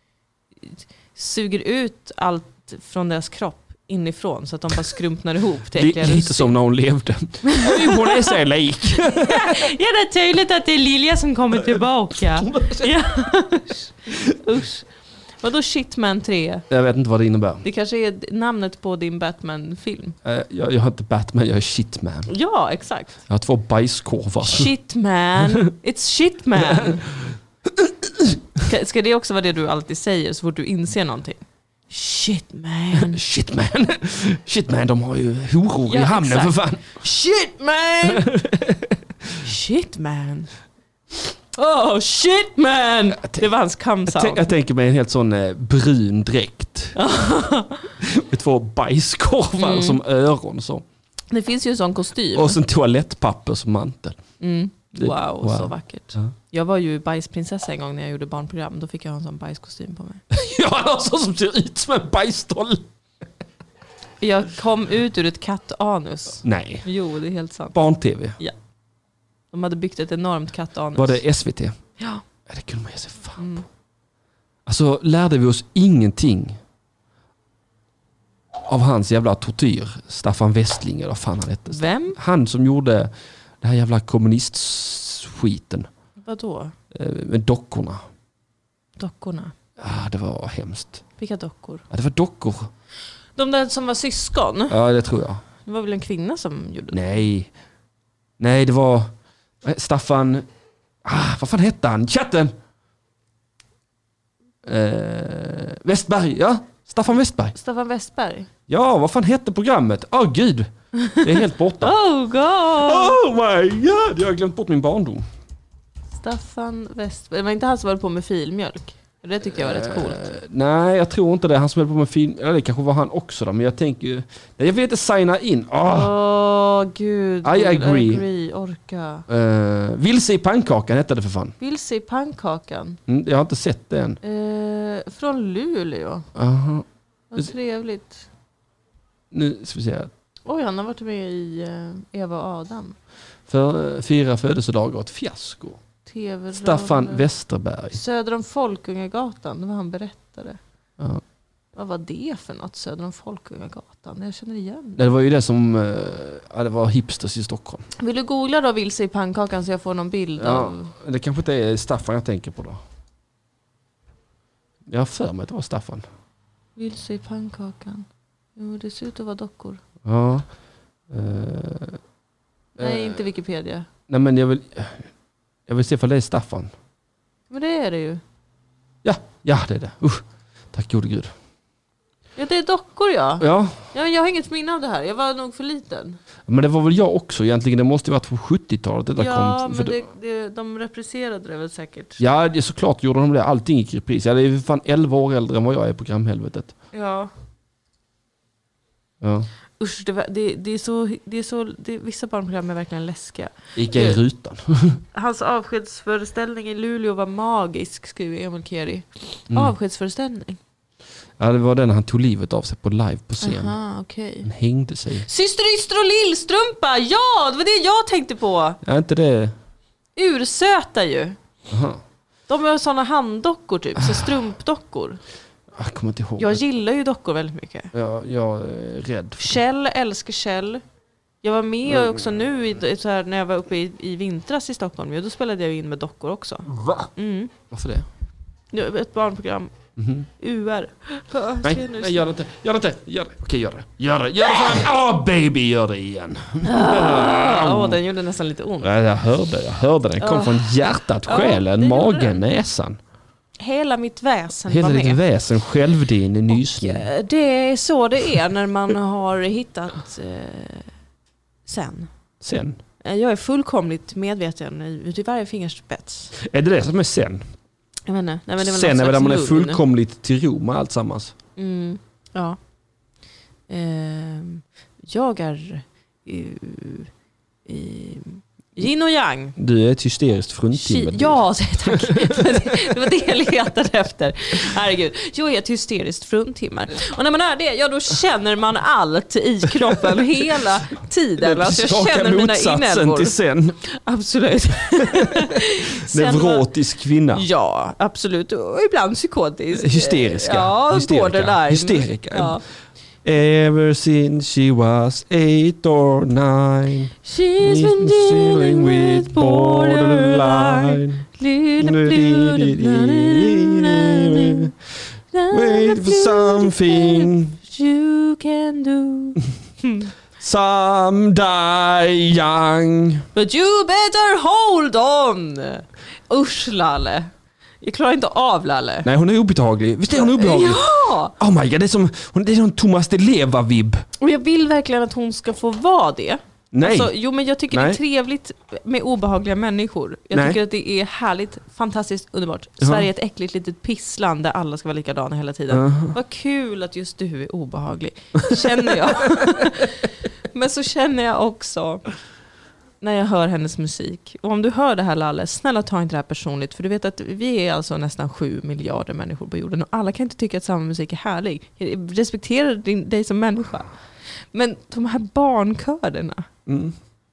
B: suger ut allt från deras kropp inifrån så att de bara skrumpnar ihop till äckliga
A: Lite
B: russin.
A: som när hon levde. Hon är så lik.
B: Ja, det är tydligt att det är Lilja som kommer tillbaka. Ja. Usch. Vadå Shitman tre?
A: Jag vet inte vad det innebär.
B: Det kanske är namnet på din Batman-film.
A: Eh, Jag, jag har inte Batman, jag är Shitman.
B: Ja, exakt.
A: Jag har två bajskorvar.
B: Shitman. It's Shitman. Ska, ska det också vara det du alltid säger så fort du inser någonting? Shitman.
A: Shitman. Shitman, de har ju horor i
B: Ja,
A: hamnen
B: exakt.
A: för fan.
B: Shitman. Shitman. Oh, shitman. Det var hans
A: Jag,
B: come-sound.
A: tän- jag tänker mig en helt sån eh, brun dräkt. Med två bajskorvar
B: Mm.
A: som öron. Så.
B: Det finns ju en sån kostym.
A: Och sen toalettpapper som mantel.
B: Mm.
A: Det-
B: Wow,
A: wow.
B: så vackert.
A: Ja.
B: Jag var ju bajsprinsessa en gång när jag gjorde barnprogram. Då fick jag ha en sån bajskostym på mig.
A: Jag har någon som ser ut som en bajstoll.
B: Jag kom ut ur ett kattanus.
A: Nej.
B: Jo, det är helt sant.
A: Barn-tv.
B: De hade byggt ett enormt kattanus.
A: Var det S V T?
B: Ja.
A: Ja, det kunde man ge sig fan på.
B: Mm.
A: Alltså lärde vi oss ingenting av hans jävla tortyr. Staffan Westling eller vad fan han hette.
B: Vem?
A: Han som gjorde det här jävla kommunistskiten
B: Vadå?
A: eh, med dockorna.
B: Dockorna.
A: Ah, det var hemskt.
B: Vilka dockor?
A: Ja, det var dockor.
B: De där som var syskon.
A: Ja, det tror jag.
B: Det var väl en kvinna som gjorde det?
A: Nej. Nej, det var eh, Staffan... Ah, vad fan hette han? Chatten! Eh, Westberg, ja. Staffan Westberg.
B: Staffan Westberg.
A: Ja, vad fan hette programmet? Åh oh, gud. Det är helt borta.
B: Oh god!
A: Oh my god, jag har glömt bort min barndom.
B: Staffan Westberg. Det var inte han som var på med filmjölk? Det tycker jag var rätt coolt.
A: Uh, nej, jag tror inte det. Han som höll på med film... Ja, det kanske var han också då. Men jag tänker ju... Jag vill inte signa in. Åh,
B: oh. oh, gud.
A: I agree.
B: I agree. Orka.
A: Uh, Vilse i pannkakan hette det för fan.
B: Vilse i pannkakan?
A: Mm, jag har inte sett det än.
B: Uh, från Luleå.
A: Uh-huh.
B: Vad trevligt.
A: Nu ska vi se här.
B: Oj, han har varit med i uh, Eva och Adam.
A: För uh, fyra födelsedagar och ett fiasko. T V Staffan Westerberg.
B: Söder om Folkungagatan, det var han berättade.
A: Ja.
B: Vad var det för något, Söder om Folkungagatan? Jag känner igen
A: det. Det var ju det som uh, ja, det var hipsters i Stockholm.
B: Vill du googla då Vilse i pannkakan så jag får någon bild
A: ja,
B: av...
A: Det kanske inte är Staffan jag tänker på då. Jag har för mig att det var Staffan.
B: Vilse i pannkakan. Jo, det ser ut att vara dockor.
A: Ja. Uh,
B: nej,
A: uh,
B: inte Wikipedia.
A: Nej, men jag vill... Jag vill se för det är Staffan.
B: Men det är det ju.
A: Ja, ja det är det. Usch. Tack gode gud.
B: Ja, det är dockor, ja.
A: Ja.
B: Ja, jag har inget minne av det här. Jag var nog för liten.
A: Men det var väl jag också egentligen. Det måste ju varit på sjuttiotalet. Detta
B: ja,
A: kom,
B: men
A: det,
B: det, det, de repriserade det väl säkert.
A: Ja, det är såklart gjorde de det. Allting gick i repris. Ja, det är fan elva år äldre än vad jag är på programhelvetet.
B: Ja.
A: Ja.
B: Usch, det, det, det är så... Det är så det, vissa barnprogram är verkligen läskiga.
A: Icke i rutan.
B: Hans avskedsföreställning i Luleå var magisk, skriver Emil Keri.
A: Mm.
B: Avskedsföreställning.
A: Ja, det var den han tog livet av sig på live på scen.
B: Aha, okay.
A: Han hängde sig.
B: Syster, Yster och Lillstrumpa! Ja, det var det jag tänkte på.
A: Ja, inte det.
B: Ursöta ju.
A: Aha.
B: De har såna handdockor typ, så strumpdockor.
A: Jag kommer inte ihåg.
B: Jag gillar ju dockor väldigt mycket.
A: Ja, jag är rädd.
B: Kjell, älskar Kjell. Jag var med mm. också nu i, så här, när jag var uppe i, i vintras i Stockholm. Ja, då spelade jag in med dockor också.
A: Va?
B: Mm.
A: Varför det?
B: Ja, ett barnprogram. Mm-hmm. U R.
A: Ja, nej, nej, gör det inte. Gör det inte. Gör det. Okej, gör det. Gör det. Gör det fan. Åh, oh, baby, gör det igen.
B: Åh, oh, den gjorde nästan lite ont.
A: Ja, jag hörde. Jag hörde den. Kom oh. från hjärtat, själen, oh, magen, näsan.
B: Hela mitt väsen
A: Hela
B: var med.
A: Hela ditt väsen, själv din nysning.
B: Och det är så det är när man har hittat eh, sen.
A: Sen?
B: Jag är fullkomligt medveten ut i varje fingerspets.
A: Är det det som är sen?
B: Jag vet inte. Nej, men det var
A: sen är det där man är fullkomligt till ro med allt sammans.
B: Mm, ja. Eh, jag är uh, uh, yin och yang.
A: Du är ett hysteriskt fruntimmer.
B: Ja, tack. Det var det jag letade efter. Herregud. Jag är ett hysteriskt fruntimmer. Och när man är det, ja då känner man allt i kroppen hela tiden. Alltså jag känner mina inälvor.
A: Till sen.
B: Absolut.
A: Nevrotisk kvinna.
B: Ja, absolut. Och ibland psykotisk.
A: Hysteriska.
B: Ja,
A: Hysterika.
B: borderline.
A: Hysterika.
B: Ja.
A: Ever since she was eight or nine,
B: she's been dealing with borderline.
A: Wait for something
B: you can do.
A: Someday young.
B: But you better hold on. Usch, Lalle. Jag klarar inte av Lalle.
A: Nej, hon är obehaglig. Visst är hon obehaglig?
B: Ja!
A: Oh my god, det är som, det är som Thomas de Leva-vibb.
B: Och jag vill verkligen att hon ska få vara det.
A: Nej.
B: Alltså, jo, men jag tycker
A: Nej.
B: det är trevligt med obehagliga människor. Jag
A: Nej.
B: tycker att det är härligt, fantastiskt, underbart.
A: Uh-huh.
B: Sverige är ett äckligt litet pissland där alla ska vara likadana hela tiden.
A: Uh-huh.
B: Vad kul att just du är obehaglig. Känner jag. Men så känner jag också när jag hör hennes musik. Och om du hör det här, Lalle, snälla ta inte det här personligt. För du vet att vi är alltså nästan sju miljarder människor på jorden. Och alla kan inte tycka att samma musik är härlig. Jag respekterar din, dig som människa. Men de här barnkörerna.
A: Mm.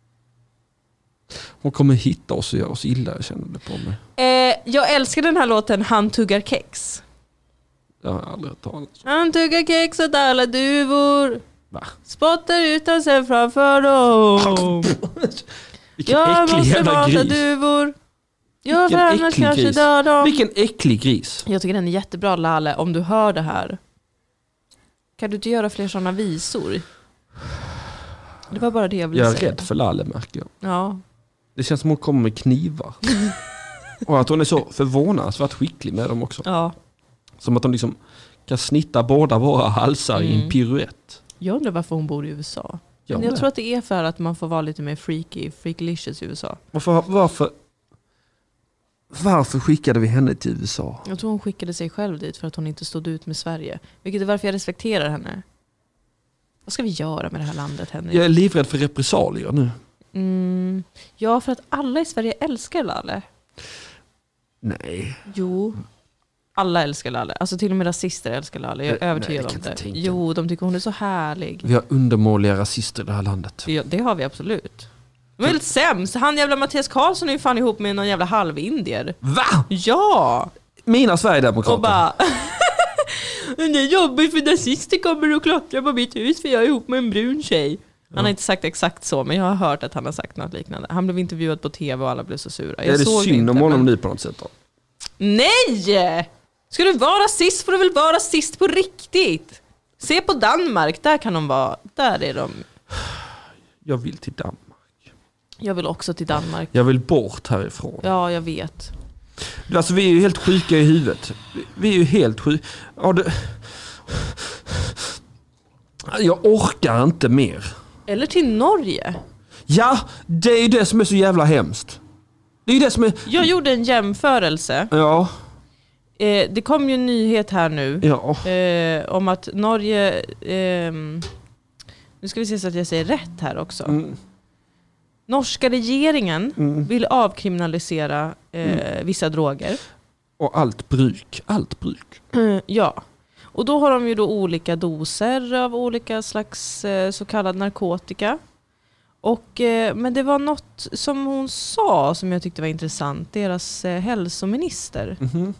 A: Hon kommer hitta oss och göra oss illa, jag känner det på mig.
B: Eh, jag älskar den här låten Han tuggar kex.
A: Jag har aldrig hört talas.
B: Han tuggar kex åt alla duvor.
A: Va?
B: Spottar utan sig framför dem.
A: Vilken
B: jag
A: äcklig
B: måste
A: jävla
B: mata
A: gris.
B: duvor. Jag
A: Vilken
B: för annars
A: äcklig
B: kanske
A: gris.
B: dör dem.
A: Vilken äcklig gris.
B: Jag tycker den är jättebra, Lalle, om du hör det här. Kan du inte göra fler sådana visor? Det var bara det jag ville
A: Jag är
B: säga.
A: rädd för Lalle, märker jag.
B: Ja.
A: Det känns som hon kommer med knivar. Och att hon är så förvånansvärt skicklig med dem också.
B: Ja.
A: Som att de liksom kan snitta båda våra halsar mm. i en piruett.
B: Jag undrar varför hon bor i U S A.
A: Jag,
B: Men jag tror att det är för att man får vara lite mer freaky, freaklicious i U S A.
A: Varför, varför, Varför skickade vi henne till U S A?
B: Jag tror hon skickade sig själv dit för att hon inte stod ut med Sverige. Vilket är varför jag respekterar henne. Vad ska vi göra med det här landet, Henrik?
A: Jag är livrädd för repressalier nu.
B: Mm, ja, för att alla i Sverige älskar Lalle.
A: Nej.
B: Jo, alla älskar Lalle. Alltså till och med rasister älskar Lalle. Jag är
A: Nej,
B: övertygad
A: nej,
B: om det.
A: tänka.
B: Jo, de tycker hon är så härlig.
A: Vi har undermåliga rasister i det här landet.
B: Ja, det har vi absolut. De är helt sämst. Han jävla Mattias Karlsson är ju fan ihop med någon jävla halvindier.
A: Va?
B: Ja!
A: Mina Sverigedemokrater.
B: Och bara... Det är jobbigt för nazister kommer och klottrar på mitt hus för jag är ihop med en brun tjej. Han
A: Ja.
B: har inte sagt exakt så, men jag har hört att han har sagt något liknande. Han blev intervjuad på tv och alla blev så sura. Jag
A: är det
B: såg
A: synd
B: inte,
A: om honom
B: men...
A: nu på något sätt då?
B: Nej! Ska du vara rasist får du väl vara rasist på riktigt. Se på Danmark, där kan de vara. Där är de.
A: Jag vill till Danmark.
B: Jag vill också till Danmark.
A: Jag vill bort härifrån.
B: Ja, jag vet.
A: Alltså vi är ju helt sjuka i huvudet. Vi är ju helt sjuka. Ja, det... Jag orkar inte mer.
B: Eller till Norge.
A: Ja, det är ju det som är så jävla hemskt. Det är ju det som är...
B: Jag gjorde en jämförelse.
A: Ja,
B: Eh, det kom ju en nyhet här nu.
A: ja.
B: Eh, om att Norge... ehm, nu ska vi se så att jag säger rätt här också.
A: Mm.
B: Norska regeringen
A: Mm.
B: vill avkriminalisera eh, vissa droger.
A: Och allt bruk. Allt bruk.
B: Mm, ja. Och då har de ju då olika doser av olika slags eh, så kallad narkotika. Och, eh, men det var något som hon sa som jag tyckte var intressant. Deras eh, hälsominister.
A: Mhm.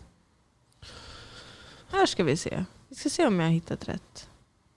B: Här ska vi se. Vi ska se om jag har hittat rätt.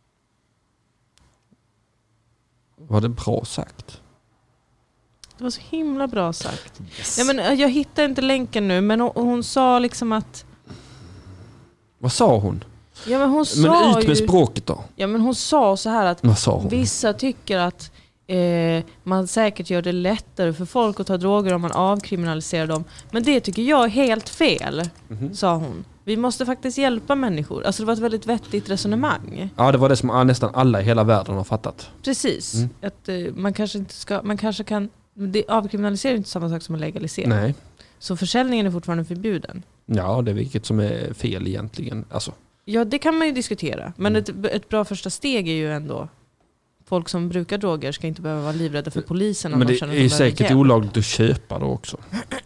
A: Var det bra sagt?
B: Det var så himla bra sagt.
A: Yes.
B: Nej, men eh, jag hittar inte länken nu, men hon, hon sa liksom att...
A: Vad sa hon?
B: Ja, men hon sa
A: Men ut med
B: ju,
A: språket då.
B: ja, men hon sa så här att
A: Vad sa hon?
B: vissa tycker att eh, man säkert gör det lättare för folk att ta droger om man avkriminaliserar dem. Men det tycker jag är helt fel,
A: Mhm.
B: sa hon. Vi måste faktiskt hjälpa människor. Alltså det var ett väldigt vettigt resonemang.
A: Ja, det var det som ah, nästan alla i hela världen har fattat.
B: Precis.
A: Mm.
B: Att eh, man kanske inte ska, man kanske kan, det, avkriminalisering är inte samma sak som att legalisera.
A: Nej.
B: Så försäljningen är fortfarande förbjuden.
A: Ja, det är vilket som är fel egentligen. Alltså,
B: Ja, det kan man ju diskutera. Men
A: Mm.
B: ett, ett bra första steg är ju ändå folk som brukar droger ska inte behöva vara livrädda för polisen om
A: men
B: de
A: det
B: känner
A: är ju
B: att de behöver
A: säkert
B: hjälp.
A: olagligt att köpa då också.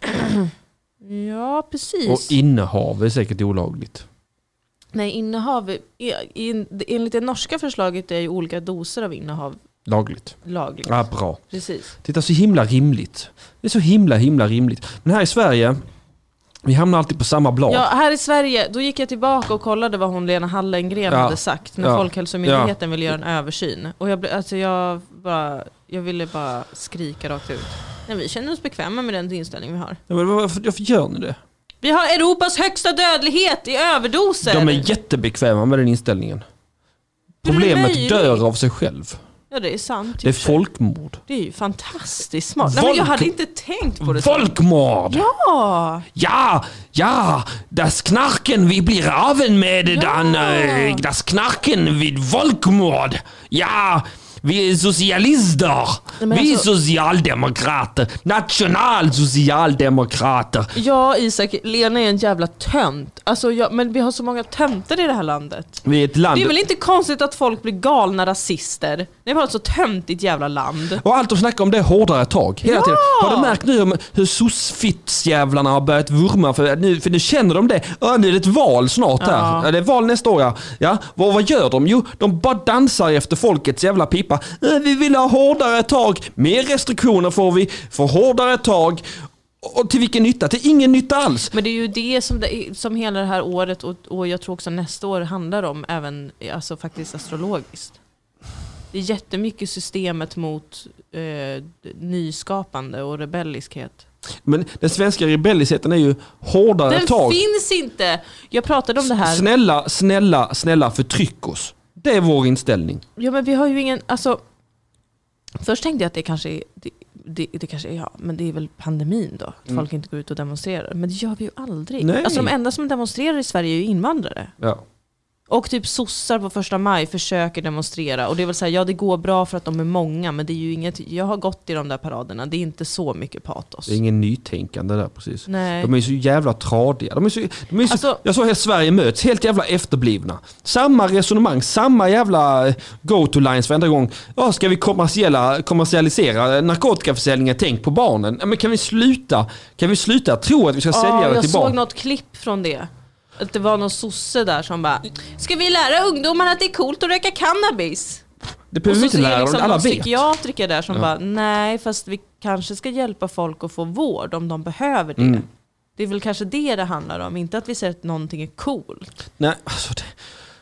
B: Ja, precis.
A: Och innehav är säkert olagligt.
B: Nej, innehav, i, i, enligt det norska förslaget är ju olika doser av innehav
A: Lagligt.
B: lagligt.
A: Ja, bra.
B: Precis.
A: Det är så himla rimligt. Det är så himla, himla rimligt. Men här i Sverige, vi hamnar alltid på samma blad.
B: Ja, här i Sverige, då gick jag tillbaka och kollade vad hon Lena Hallengren
A: Ja.
B: hade sagt när
A: Ja.
B: Folkhälsomyndigheten ville göra en översyn. Och jag, blev- alltså jag, bara, jag ville bara skrika rakt ut. Nej, vi känner oss bekväma med den inställning vi har.
A: Ja, men varför, varför gör ni det?
B: Vi har Europas högsta dödlighet i överdoser.
A: De är jättebekväma med den inställningen.
B: Men
A: Problemet
B: löjligt.
A: dör av sig själv.
B: Ja, det är sant.
A: Det är folkmord.
B: Det är ju fantastiskt smart. Nej, men jag
A: Volk-
B: hade inte tänkt på det så.
A: Folkmord!
B: Ja!
A: Ja, ja, das Knarken, vi blir aven med
B: Ja.
A: den, äh, das Knarken vid folkmord. Ja, vi är socialister.
B: Nej, men
A: vi är
B: alltså-
A: socialdemokrater. Nationalsocialdemokrater.
B: Ja, Isak, Lena är en jävla tönt. Alltså, ja, men vi har så många töntar i det här landet.
A: Vi är ett land...
B: Det är väl inte konstigt att folk blir galna rasister? Det är bara ett så töntigt jävla land.
A: Och allt de snackar om det är hårdare tag. Hela
B: Ja!
A: tiden. Har du märkt nu om hur sossfittsjävlarna har börjat vurma för nu, för nu känner de det. Ja, nu är det ett val snart här.
B: Ja.
A: Ja, det är val nästa år, ja. Ja, vad, vad gör de? Jo, de bara dansar efter folkets jävla pipa. Äh, vi vill ha hårdare tag. Mer restriktioner får vi. För hårdare tag. Och till vilken nytta? Till ingen nytta alls.
B: Men det är ju det som, det är, som hela det här året och, och jag tror också nästa år handlar om, även alltså faktiskt astrologiskt. Det är jättemycket systemet mot eh, nyskapande och rebelliskhet.
A: Men den svenska rebelliskheten är ju hårdare
B: Den
A: tag.
B: finns inte! Jag pratade om det här.
A: Snälla, snälla, snälla förtryck oss. Det är vår inställning.
B: Ja, men vi har ju ingen, alltså först tänkte jag att det kanske är, det, det, det kanske är, ja, men det är väl pandemin då. Att
A: Mm.
B: folk inte går ut och demonstrerar. Men det gör vi ju aldrig.
A: Nej.
B: Alltså de enda som demonstrerar i Sverige är ju invandrare.
A: Ja.
B: Och typ sossar på första maj försöker demonstrera. Och det är väl så här, ja det går bra för att de är många. Men det är ju inget, jag har gått i de där paraderna. Det är inte så mycket patos.
A: Det är ingen nytänkande där precis.
B: Nej.
A: De är så jävla tradiga. De är så, de är så,
B: Alltså,
A: jag såg att Sverige möts, helt jävla efterblivna. Samma resonemang, samma jävla go-to-lines varenda gång. Ja, ska vi kommersiella, kommersialisera narkotikaförsäljningen? Tänk på barnen. Ja, men kan vi sluta? Kan vi sluta tro att vi ska
B: ja,
A: sälja det
B: jag
A: till
B: såg
A: barn?
B: något klipp från det. Att det var någon sosse där som bara, ska vi lära ungdomar att det är coolt att röka cannabis?
A: Det behöver vi inte lära dem,
B: liksom
A: alla
B: någon
A: vet.
B: psykiatriker där som
A: Ja.
B: bara, nej fast vi kanske ska hjälpa folk att få vård om de behöver det.
A: Mm.
B: Det är väl kanske det det handlar om, inte att vi säger att någonting är coolt.
A: Nej, alltså det...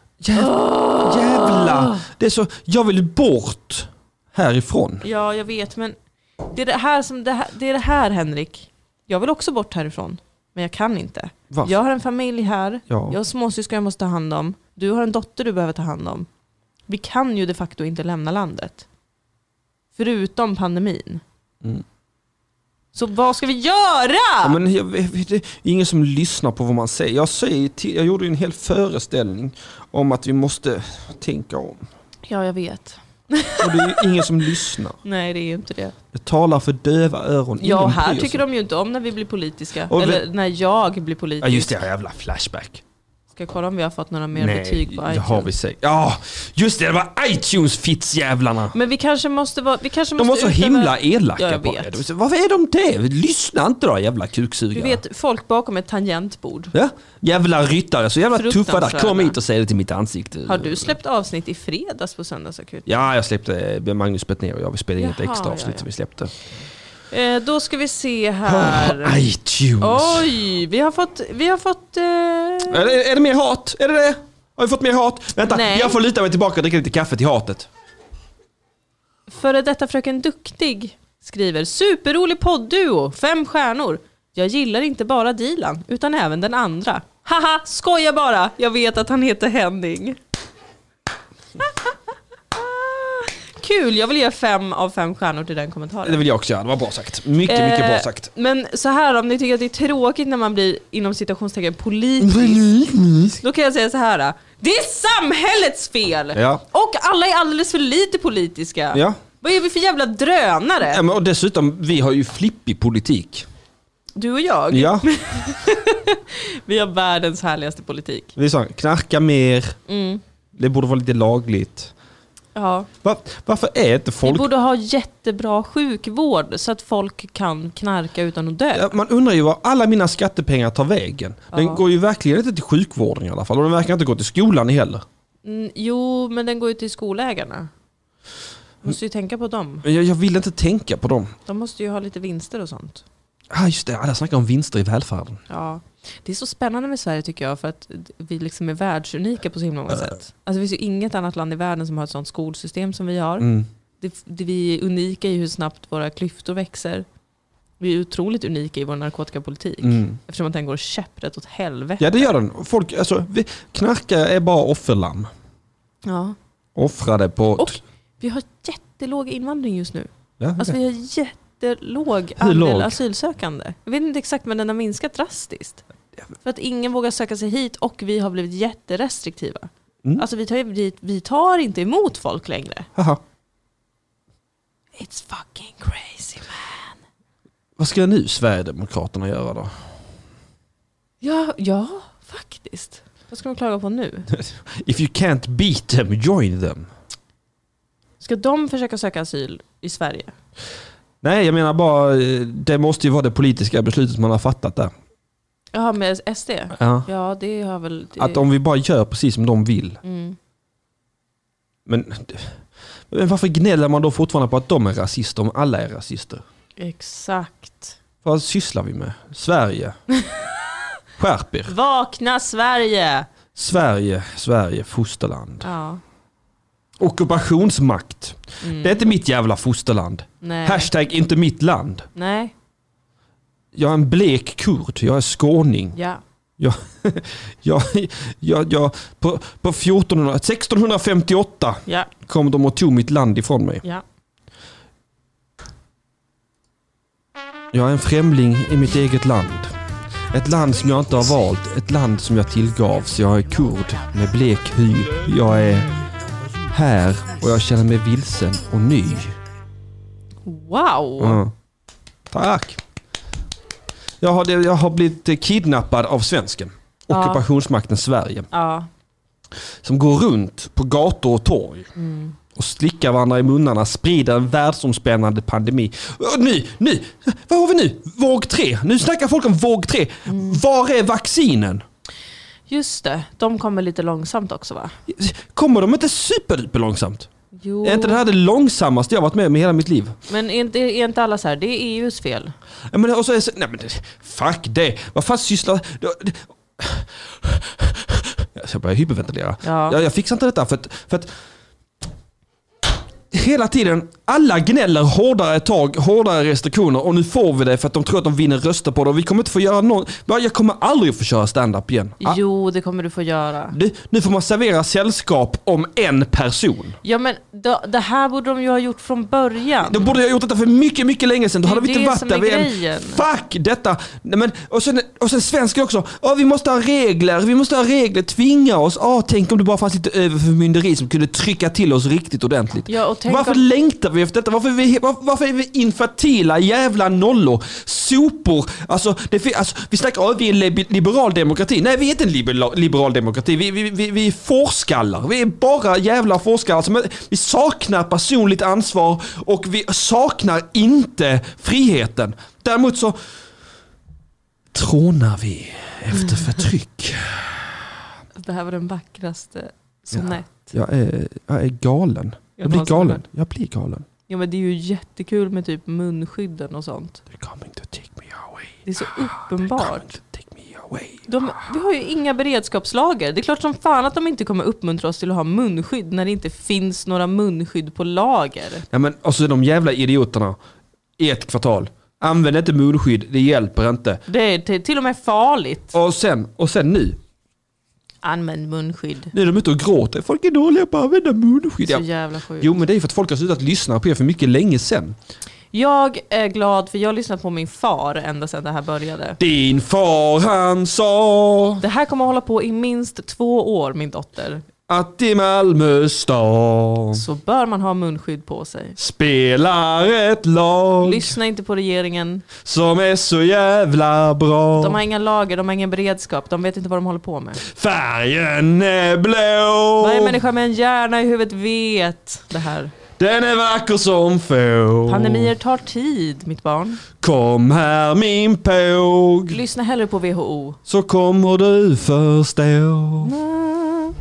A: Jävla, jävla. Det är så, jag vill bort härifrån.
B: Ja, jag vet, men det är det här, som det här, det är det här Henrik. Jag vill också bort härifrån, men jag kan inte.
A: Varför?
B: Jag har en familj här,
A: Ja.
B: jag har småsyskon jag måste ta hand om. Du har en dotter du behöver ta hand om. Vi kan ju de facto inte lämna landet. Förutom pandemin.
A: Mm.
B: Så vad ska vi göra?
A: Ja, men jag, vet, det är ingen som lyssnar på vad man säger. Jag, säger till, jag gjorde en hel föreställning om att vi måste tänka om.
B: Ja, jag vet.
A: Och det är ingen som lyssnar.
B: Nej, det är ju inte det.
A: Det talar för döva öron.
B: Ja,
A: Ingen
B: här
A: bryr
B: tycker
A: sig.
B: de ju inte om när vi blir politiska.
A: Och vi-
B: Eller när jag blir politisk.
A: Ja, just det, jävla flashback.
B: Ska jag kolla om vi har fått några mer betyg på
A: det
B: iTunes.
A: har vi säkert. Ja, just det, det var iTunes-fitsjävlarna.
B: Men vi kanske måste vara... Vi kanske
A: De
B: måste
A: var så
B: utöva-
A: himla elaka
B: Ja, jag
A: på
B: vet.
A: det. Varför är de det? Lyssna inte då, jävla kuksugare.
B: Du vet, folk bakom ett tangentbord.
A: Ja? Jävla ryttare, så jävla tuffa där.
B: Fruktansvärda.
A: Kom hit och säg det till mitt ansikte.
B: Har du släppt avsnitt i fredags på Söndagsakut?
A: Ja, jag släppte Magnus Bettner och jag. Vi spelade in ett
B: Jaha,
A: extra
B: ja,
A: avsnitt
B: ja.
A: som vi släppte.
B: Eh, då ska vi se här.
A: Oh, iTunes.
B: Oj, vi har fått... Vi har fått eh...
A: Är, det, är det mer hat? Är det det? Har vi fått mer hat? Vänta,
B: Nej.
A: jag får luta mig tillbaka och dricka lite kaffe till hatet.
B: Före detta fröken Duktig skriver: superrolig poddduo, fem stjärnor. Jag gillar inte bara Dilan, utan även den andra. Haha, skoja bara. Jag vet att han heter Henning. Kul, jag vill ge fem av fem stjärnor till den kommentaren.
A: Det vill jag också göra, det var bra sagt. Mycket, mycket bra sagt.
B: Men så här, om ni tycker att det är tråkigt när man blir inom citationstecken politisk, då kan jag säga så här: det är samhällets fel!
A: Ja.
B: Och alla är alldeles för lite politiska.
A: Ja.
B: Vad är vi för jävla drönare?
A: Ja, men och dessutom, vi har ju flippig politik.
B: Du och jag,
A: Ja,
B: vi har världens härligaste politik.
A: vi sa knarka mer,
B: Mm.
A: det borde vara lite lagligt.
B: Ja.
A: Var, varför är inte
B: Vi
A: folk...
B: borde ha jättebra sjukvård så att folk kan knarka utan att dö.
A: Ja, man undrar ju var alla mina skattepengar tar vägen. Den
B: Ja.
A: går ju verkligen inte till sjukvården i alla fall. Och den verkar inte gå till skolan heller.
B: Mm, jo, men den går ju till skolägarna. Måste ju tänka på dem.
A: Men Jag, jag vill inte tänka på dem.
B: De måste ju ha lite vinster och sånt.
A: Ah, just det, alla snackar om vinster i välfärden.
B: Ja. Det är så spännande med Sverige tycker jag, för att vi liksom är världsunika på så himla många sätt. Alltså det finns ju inget annat land i världen som har ett sånt skolsystem som vi har.
A: Mm.
B: Det, det, vi är unika i hur snabbt våra klyftor växer. Vi är otroligt unika i vår narkotikapolitik.
A: Mm.
B: Eftersom att den går käpprätt åt helvete.
A: Ja, det gör den. Folk, alltså, vi, knarka är bara offerlamm.
B: Ja.
A: Offrade på...
B: Och vi har jättelåg invandring just nu.
A: ja,
B: Alltså vi har jättelåg
A: Hur
B: andel
A: låg?
B: asylsökande. Jag vet inte exakt, men den har minskat drastiskt. För att ingen vågar söka sig hit och vi har blivit jätterestriktiva.
A: Mm.
B: Alltså vi tar, vi, vi tar inte emot folk längre.
A: Haha.
B: It's fucking crazy man.
A: Vad ska nu Sverigedemokraterna göra då?
B: Ja, ja, faktiskt. Vad ska de klaga på nu?
A: If you can't beat them, join them.
B: Ska de försöka söka asyl i Sverige?
A: Nej, jag menar bara, eh, det måste ju vara det politiska beslutet man har fattat där.
B: Ja, med S D?
A: Ja.
B: Ja, det har väl... Det...
A: Att om vi bara gör precis som de vill.
B: Mm.
A: Men, men varför gnäller man då fortfarande på att de är rasister om alla är rasister?
B: Exakt.
A: Vad sysslar vi med? Sverige. Skärp er.
B: Vakna Sverige!
A: Sverige, Sverige, fosterland.
B: Ja.
A: Ockupationsmakt.
B: Mm.
A: Det är inte mitt jävla fosterland.
B: Nej.
A: Hashtag inte mitt land.
B: Nej.
A: Jag är en blek kurd. Jag är skåning.
B: Ja.
A: Jag, jag, jag, jag, på på fjortonhundra, sextonhundrafemtioåtta
B: Ja.
A: kom de och tog mitt land ifrån mig.
B: Ja.
A: Jag är en främling i mitt eget land. Ett land som jag inte har valt. Ett land som jag tillgavs. Jag är kurd med blek hy. Jag är här och jag känner mig vilsen och ny.
B: Wow!
A: Ja. Tack. Jag har, jag har blivit kidnappad av svensken.
B: Ja.
A: Ockupationsmakten Sverige.
B: Ja.
A: Som går runt på gator och torg.
B: Mm.
A: Och slickar varandra i munnarna. Sprider en världsomspännande pandemi. Och nu, nu, vad har vi nu? Våg tre. Nu snackar folk om våg tre. Mm. Var är vaccinen?
B: Just det, de kommer lite långsamt också, va?
A: Kommer de inte superduper långsamt?
B: Jo.
A: Är inte det här det långsammaste jag varit med om i hela mitt liv?
B: Men är inte, är inte alla så här, det är E U:s fel.
A: Ja, men, och så är det, nej men det, fuck det. Vad fan sysslar... Det, jag börjar hyperventilera.
B: Ja.
A: Jag, jag fixar inte detta för att... För att hela tiden, alla gnäller hårdare tag, hårdare restriktioner och nu får vi det för att de tror att de vinner röster på det och vi kommer inte få göra någon. Jag kommer aldrig få köra stand-up igen.
B: Jo, det kommer du få göra.
A: Det, nu får man servera sällskap om en person.
B: Ja, men då, det här borde de ju ha gjort från början.
A: Då borde jag ha gjort detta för mycket, mycket länge sedan. Då hade vi inte varit där vid en... Fuck detta! Nej, men, och, sen, och sen svenskar också. Oh, vi måste ha regler, vi måste ha regler, tvinga oss. Oh, tänk om det bara fanns lite överförmynderi som kunde trycka till oss riktigt ordentligt.
B: Ja, och
A: varför om... längtar vi efter detta? Varför är vi, var, varför är vi infertila jävla nollor? Sopor. Alltså, det, alltså vi snackar om oh, vi är liberal demokrati. Nej, vi är inte en liberal, liberal demokrati. Vi, vi, vi, vi är forskallar. Vi är bara jävla forskallar. Som, vi saknar personligt ansvar och vi saknar inte friheten. Däremot så trånar vi efter förtryck.
B: Det här var den vackraste sonett.
A: Ja, jag, är, jag är galen. Jag, jag blir galen. Jag blir galen.
B: Ja, men det är ju jättekul med typ munskydden och sånt.
A: They're coming to take me away.
B: Det är så uppenbart.
A: Take me away.
B: De, vi har ju inga beredskapslager. Det är klart som fan att de inte kommer uppmuntra oss till att ha munskydd när det inte finns några munskydd på lager.
A: Ja, men alltså de jävla idioterna i ett kvartal. Använd inte munskydd, det hjälper inte.
B: Det är till, till och med farligt.
A: Och sen, och sen nu.
B: Använd munskydd.
A: Nu är de ute och gråter. Folk är dåliga på att använda munskydd.
B: Så jävla sjukt.
A: Jo, men det är för att folk har slutat lyssna på er för mycket länge sedan.
B: Jag är glad för jag har lyssnat på min far ända sedan det här började.
A: Din far, han sa...
B: Det här kommer att hålla på i minst två år, min dotter.
A: Att i Malmö stad
B: så bör man ha munskydd på sig.
A: Spelar ett lag.
B: Lyssna inte på regeringen.
A: Som är så jävla bra.
B: De har inga lager, de har ingen beredskap. De vet inte vad de håller på med.
A: Färgen är blå.
B: Varje människa med en hjärna i huvudet vet det här.
A: Den är vacker som få.
B: Pandemier tar tid, mitt barn.
A: Kom här min påg.
B: Lyssna hellre på W H O.
A: Så kommer du förstå.
B: Mm.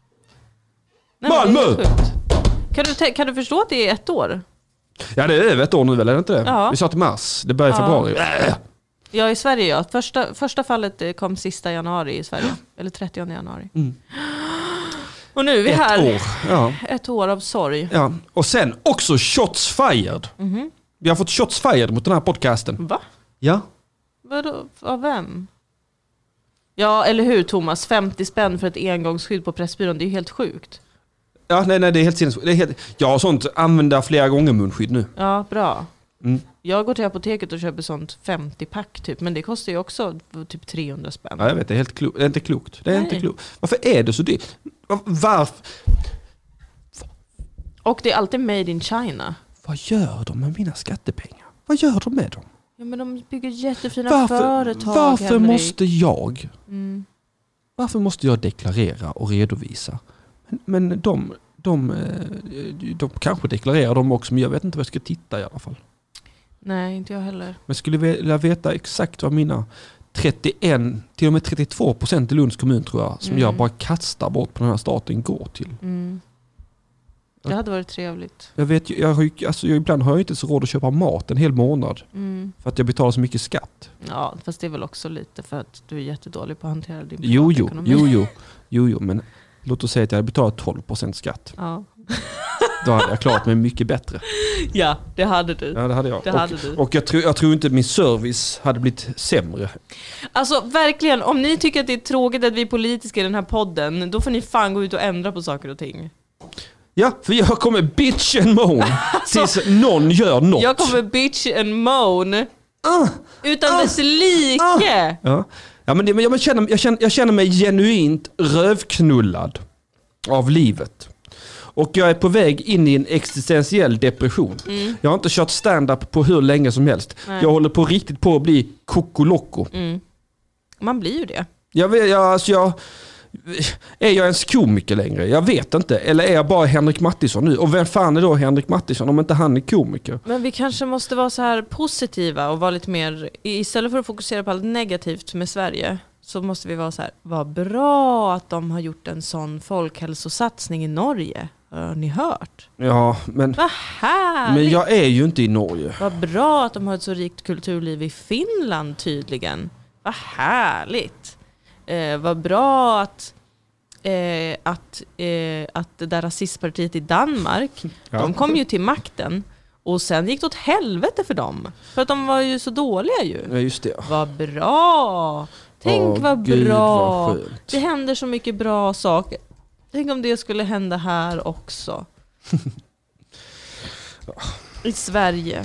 B: Nej,
A: Malmö!
B: Kan du, kan du förstå att det är ett år?
A: Ja, det är över ett år nu väl, är det inte det?
B: Ja.
A: Vi sa till mars, det börjar i
B: ja.
A: februari.
B: Ja, i Sverige, ja. Första, första fallet kom sista januari i Sverige. Eller trettionde januari. Mm. Och nu är vi
A: ett
B: här.
A: År. Ja.
B: Ett år av sorg.
A: Ja. Och sen också shots fired. Mm-hmm. Vi har fått shots fired mot den här podcasten.
B: Va?
A: Ja.
B: Vadå? Av vem? Ja, eller hur Thomas? femtio spänn för ett engångsskydd på Pressbyrån, det är ju helt sjukt.
A: Ja, nej, nej, det är helt sinnessjukt. Det är helt... Jag har sånt använda flera gånger munskydd nu.
B: Ja, bra.
A: Mm.
B: Jag går till apoteket och köper sånt femtio-pack typ, men det kostar ju också typ trehundra spänn.
A: Ja, jag vet, det är helt klokt. Det är inte klokt. Det är inte klokt. Varför är det så dyrt? Varför?
B: Och det är alltid made in China.
A: Vad gör de med mina skattepengar? Vad gör de med dem?
B: Ja, men de bygger jättefina
A: varför,
B: företag.
A: Varför
B: Henrik.
A: måste jag?
B: Mm.
A: Varför måste jag deklarera och redovisa? Men, men de, de, de, de kanske deklarerar de också, men jag vet inte vad jag ska titta i alla fall.
B: Nej, inte jag heller. Men
A: jag skulle vilja veta exakt vad mina trettioen, till och med trettiotvå procent i Lunds kommun tror jag, som mm. jag bara kastar bort på den här staten går till.
B: Mm. Det hade varit trevligt.
A: Jag vet jag har, alltså, jag, ibland har jag inte så råd att köpa mat en hel månad.
B: Mm. För
A: att jag betalar så mycket skatt.
B: Ja, fast det är väl också lite för att du är jättedålig på att hantera din
A: jo, jo,
B: ekonomi.
A: jo, jo, jo, jo, men låt oss säga att jag hade betalat tolv procent skatt.
B: Ja.
A: Då hade jag klarat mig mycket bättre.
B: Ja, det hade du.
A: Ja, det hade jag.
B: Det
A: och
B: hade du.
A: och jag, tror, jag tror inte min service hade blivit sämre.
B: Alltså verkligen, om ni tycker att det är tråkigt att vi är politiska i den här podden, då får ni fan gå ut och ändra på saker och ting.
A: Ja, för jag kommer bitch and moan tills någon gör något.
B: Jag kommer bitch and moan Uh, Utan uh, dess like.
A: Uh. Ja. Ja, men, det, men jag, känner, jag, känner, jag känner mig genuint rövknullad av livet. Och jag är på väg in i en existentiell depression. Mm. Jag har inte kört stand-up på hur länge som helst. Nej. Jag håller på riktigt på att bli kokoloko.
B: Mm. Man blir ju det.
A: Jag vet, jag, alltså jag, är jag ens komiker längre? Jag vet inte. Eller är jag bara Henrik Mattisson nu? Och vem fan är då Henrik Mattisson om inte han är komiker?
B: Men vi kanske måste vara så här positiva och vara lite mer, istället för att fokusera på allt negativt med Sverige, så måste vi vara så här, vad bra att de har gjort en sån folkhälsosatsning i Norge. Har ni hört?
A: Ja, men,
B: vad härligt.
A: Men jag är ju inte i Norge.
B: Vad bra att de har ett så rikt kulturliv i Finland tydligen. Vad härligt. Eh, vad bra att, eh, att, eh, att det där rasistpartiet i Danmark, ja. De kom ju till makten och sen gick det åt helvete för dem. För att de var ju så dåliga ju.
A: Ja, just det.
B: Vad bra. Tänk Åh, vad
A: Gud,
B: bra.
A: Vad
B: det händer så mycket bra saker. Tänk om det skulle hända här också. I Sverige.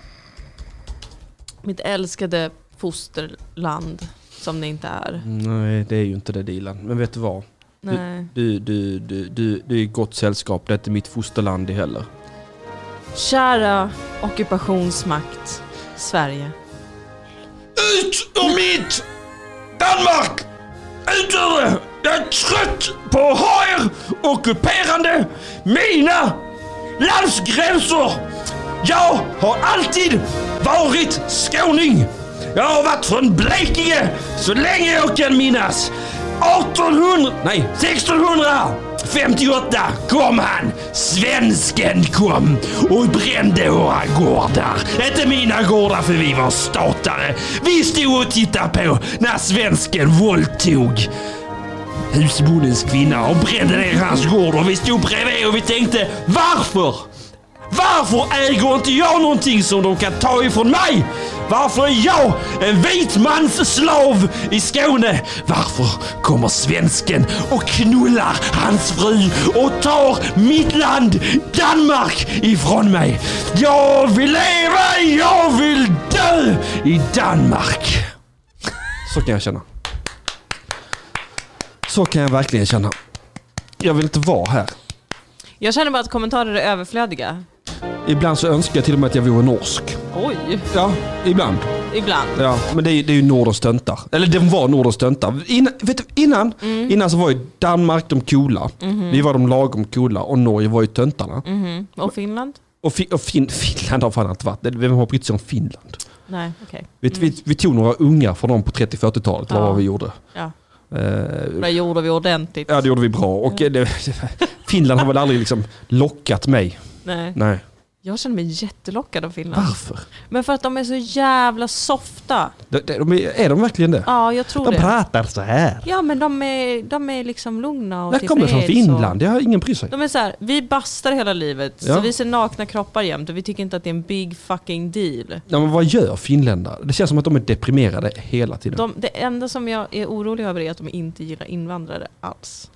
B: Mitt älskade fosterland som det inte är.
A: Nej, det är ju inte det, Dilan. Men vet du vad?
B: Nej.
A: Du, du, du, du, du är i gott sällskap. Det är inte mitt fosterland heller.
B: Kära ockupationsmakt Sverige.
A: Ut ur mitt Danmark! Ut ur det! Jag är trött på att ha er ockuperande mina landsgränser. Jag har alltid varit skåning. Jag har varit från Blekinge så länge jag kan minnas. artonhundra, nej, sextonhundrafemtioåtta kom han. Svensken kom och brände våra gårdar. Inte mina gårdar för vi var statare. Vi stod och tittade på när svensken våldtog husbondens kvinna och brände ner hans gård, och vi stod bredvid och vi tänkte, varför? Varför äger inte jag någonting som de kan ta ifrån mig? Varför är jag en vit mans slav i Skåne? Varför kommer svensken och knullar hans fru och tar mitt land Danmark ifrån mig? Jag vill leva, jag vill dö i Danmark. Så kan jag känna. Så kan jag verkligen känna. Jag vill inte vara här.
B: Jag känner bara att kommentarer är överflödiga.
A: Ibland så önskar jag till och med att jag vore norsk.
B: Oj.
A: Ja, ibland.
B: Ibland.
A: Ja, men det är, det är ju Nordens töntar. Eller det var Nordens töntar. Innan, vet du, innan, mm. innan så var ju Danmark de coola. Mm-hmm. Vi var de lagom coola. Och Norge var ju töntarna.
B: Mm-hmm. Och Finland?
A: Och, fi, och fin, Finland har fan inte varit. Vem har brytt sig om Finland?
B: Nej, okej. Okay.
A: Vi, mm. vi, vi tog några unga från dem på trettio-fyrtiotalet. Ja. Vad vi gjorde.
B: Ja. Uh, det gjorde vi ordentligt.
A: Ja, det gjorde vi bra. Och mm. det, Finland har väl aldrig liksom lockat mig.
B: Nej.
A: Nej.
B: Jag känner mig jättelockad av Finland.
A: Varför?
B: Men för att de är så jävla softa.
A: De, de, de är, är de verkligen det?
B: Ja, jag tror
A: de
B: det.
A: De pratar så här.
B: Ja, men de är, de är liksom lugna och
A: jag kommer från Finland, jag har ingen bryr sig.
B: De är så här, vi bastar hela livet. Ja. Så vi ser nakna kroppar jämt och vi tycker inte att det är en big fucking deal.
A: Ja, men vad gör finländare? Det känns som att de är deprimerade hela tiden.
B: De, det enda som jag är orolig över är att de inte gillar invandrare alls.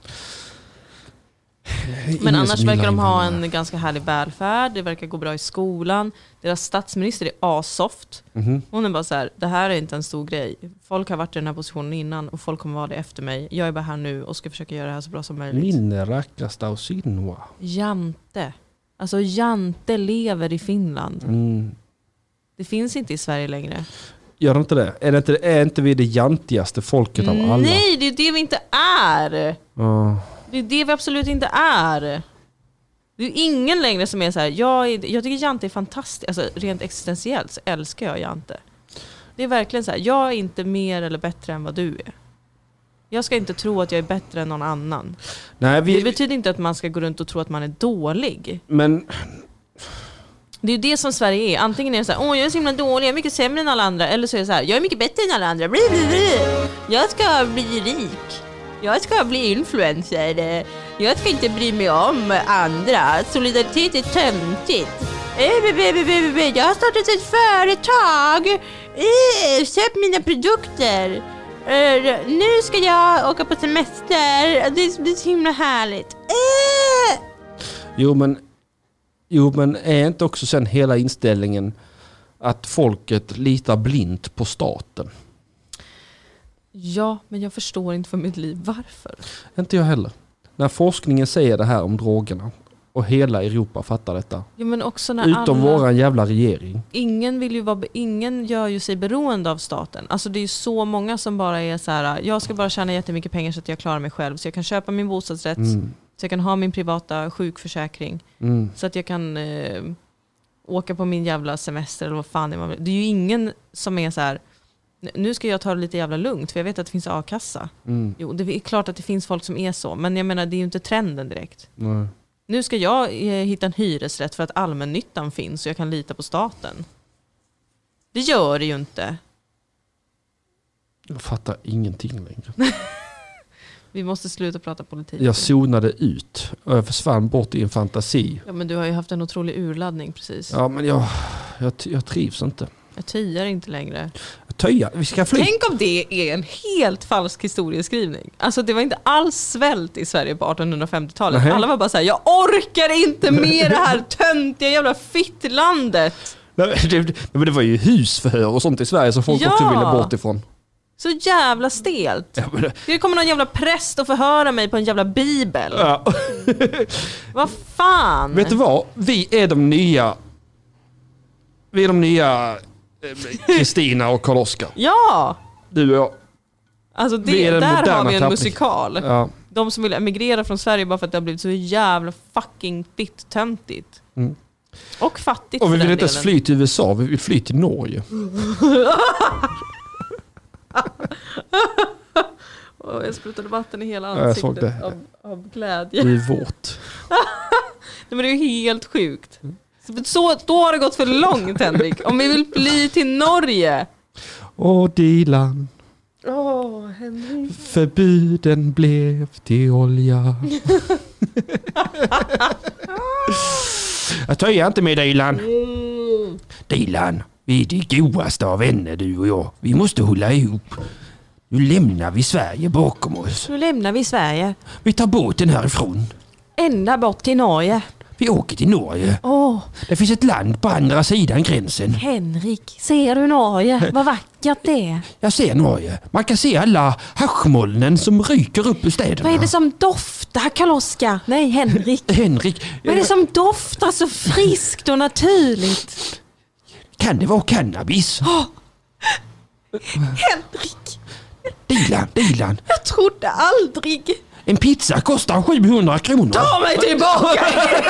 B: Men annars verkar de ha en ganska härlig välfärd. Det verkar gå bra i skolan. Deras statsminister är asoft. Mm-hmm. Hon är bara så här, det här är inte en stor grej. Folk har varit i den här positionen innan och folk kommer vara det efter mig. Jag är bara här nu och ska försöka göra det här så bra som möjligt.
A: Minne rackasta och sinua.
B: Jante. Alltså Jante lever i Finland. Mm. Det finns inte i Sverige längre.
A: Gör inte det? Är, det inte, är inte vi det jantigaste folket av alla?
B: Nej, det är det vi inte är.
A: Oh.
B: Det är det vi absolut inte är. Det är ingen längre som är så här. Jag, är, jag tycker Jante är fantastisk. Alltså rent existentiellt så älskar jag Jante. Det är verkligen så här. Jag är inte mer eller bättre än vad du är. Jag ska inte tro att jag är bättre än någon annan.
A: Nej, vi,
B: det betyder inte att man ska gå runt och tro att man är dålig.
A: Men...
B: Det är ju det som Sverige är. Antingen är det så här, åh jag är så himla dålig, jag är mycket sämre än alla andra. Eller så är det så här, jag är mycket bättre än alla andra. Jag ska bli rik. Jag ska bli influencer. Jag ska inte bry mig om andra. Solidaritet är töntigt. Jag har startat ett företag. Köp mina produkter. Nu ska jag åka på semester. Det är, det är så himla härligt.
A: Jo men Jo, men är inte också sen hela inställningen att folket litar blint på staten.
B: Ja, men jag förstår inte för mitt liv varför.
A: Inte jag heller. När forskningen säger det här om drogerna och hela Europa fattar detta.
B: Ja, men också när
A: utom
B: alla...
A: våran jävla regering.
B: Ingen vill ju vara, ingen gör ju sig beroende av staten. Alltså det är ju så många som bara är så här: jag ska bara tjäna jättemycket pengar så att jag klarar mig själv. Så jag kan köpa min bostadsrätt,
A: Mm.
B: så jag kan ha min privata sjukförsäkring.
A: Mm.
B: Så att jag kan eh, åka på min jävla semester eller vad fan det är. Det är ju ingen som är så här: nu ska jag ta det lite jävla lugnt för jag vet att det finns a-kassa.
A: Mm.
B: Jo, det är klart att det finns folk som är så. Men jag menar, det är ju inte trenden direkt.
A: Nej.
B: Nu ska jag eh, hitta en hyresrätt för att allmännyttan finns och jag kan lita på staten. Det gör det ju inte.
A: Jag fattar ingenting längre.
B: Vi måste sluta prata politik.
A: Jag zonade ut och jag försvann bort i en fantasi.
B: Ja, men du har ju haft en otrolig urladdning precis.
A: Ja, men jag, jag, jag trivs inte.
B: Jag tyar inte längre.
A: Jag töjar, vi ska fly.
B: Tänk om det är en helt falsk historieskrivning. Alltså det var inte alls svält i Sverige på artonhundrafemtiotalet.
A: Nej.
B: Alla var bara så här: jag orkar inte med det här töntiga jävla fittlandet.
A: Nej, det, men det var ju husförhör och sånt i Sverige som folk
B: Ja.
A: också ville bort ifrån.
B: Så jävla stelt.
A: Ja, men det,
B: Det kommer någon jävla präst och förhöra mig på en jävla bibel.
A: ja.
B: Vad fan?
A: Vet du vad? Vi är de nya Vi är de nya Kristina och Karl-Oskar.
B: Ja!
A: Du och jag.
B: Alltså det,
A: Vi är den
B: där har
A: moderna
B: vi en
A: tappning.
B: musikal.
A: Ja.
B: De som vill emigrera från Sverige bara för att det har blivit så jävla fucking fitt-töntigt.
A: Mm.
B: Och fattigt
A: Och vi
B: för
A: vill
B: den
A: inte ens
B: delen.
A: fly till U S A, vi vill fly till Norge.
B: Och jag sprutade vatten i hela
A: Ja, jag såg
B: ansiktet
A: det.
B: av, av glädje.
A: Du är våt.
B: Nej, men det är ju helt sjukt. Så, då har det gått för långt, Henrik. Om vi vill fly till Norge.
A: Och Dilan,
B: Åh, oh, Henrik.
A: förbuden blev till olja. Jag töjer inte med Dilan.
B: Mm.
A: Dilan, vi är det godaste av vänner du och jag. Vi måste hålla ihop. Nu lämnar vi Sverige bakom oss.
B: Nu lämnar vi Sverige.
A: Vi tar båten härifrån.
B: Ända bort till Norge.
A: Vi åker till Norge.
B: Åh,
A: Det finns ett land på andra sidan gränsen.
B: Henrik. Ser du Norge? Vad vackert det är.
A: Jag ser Norge. Man kan se alla haschmolnen som ryker upp ur städerna.
B: Vad är det som doftar, Karl-Oskar? Nej, Henrik.
A: Henrik,
B: Vad är det som doftar så friskt och naturligt?
A: kan det vara cannabis?
B: Henrik,
A: Dilan, Dilan.
B: jag trodde aldrig.
A: En pizza kostar sjuhundra kronor.
B: Ta mig tillbaka!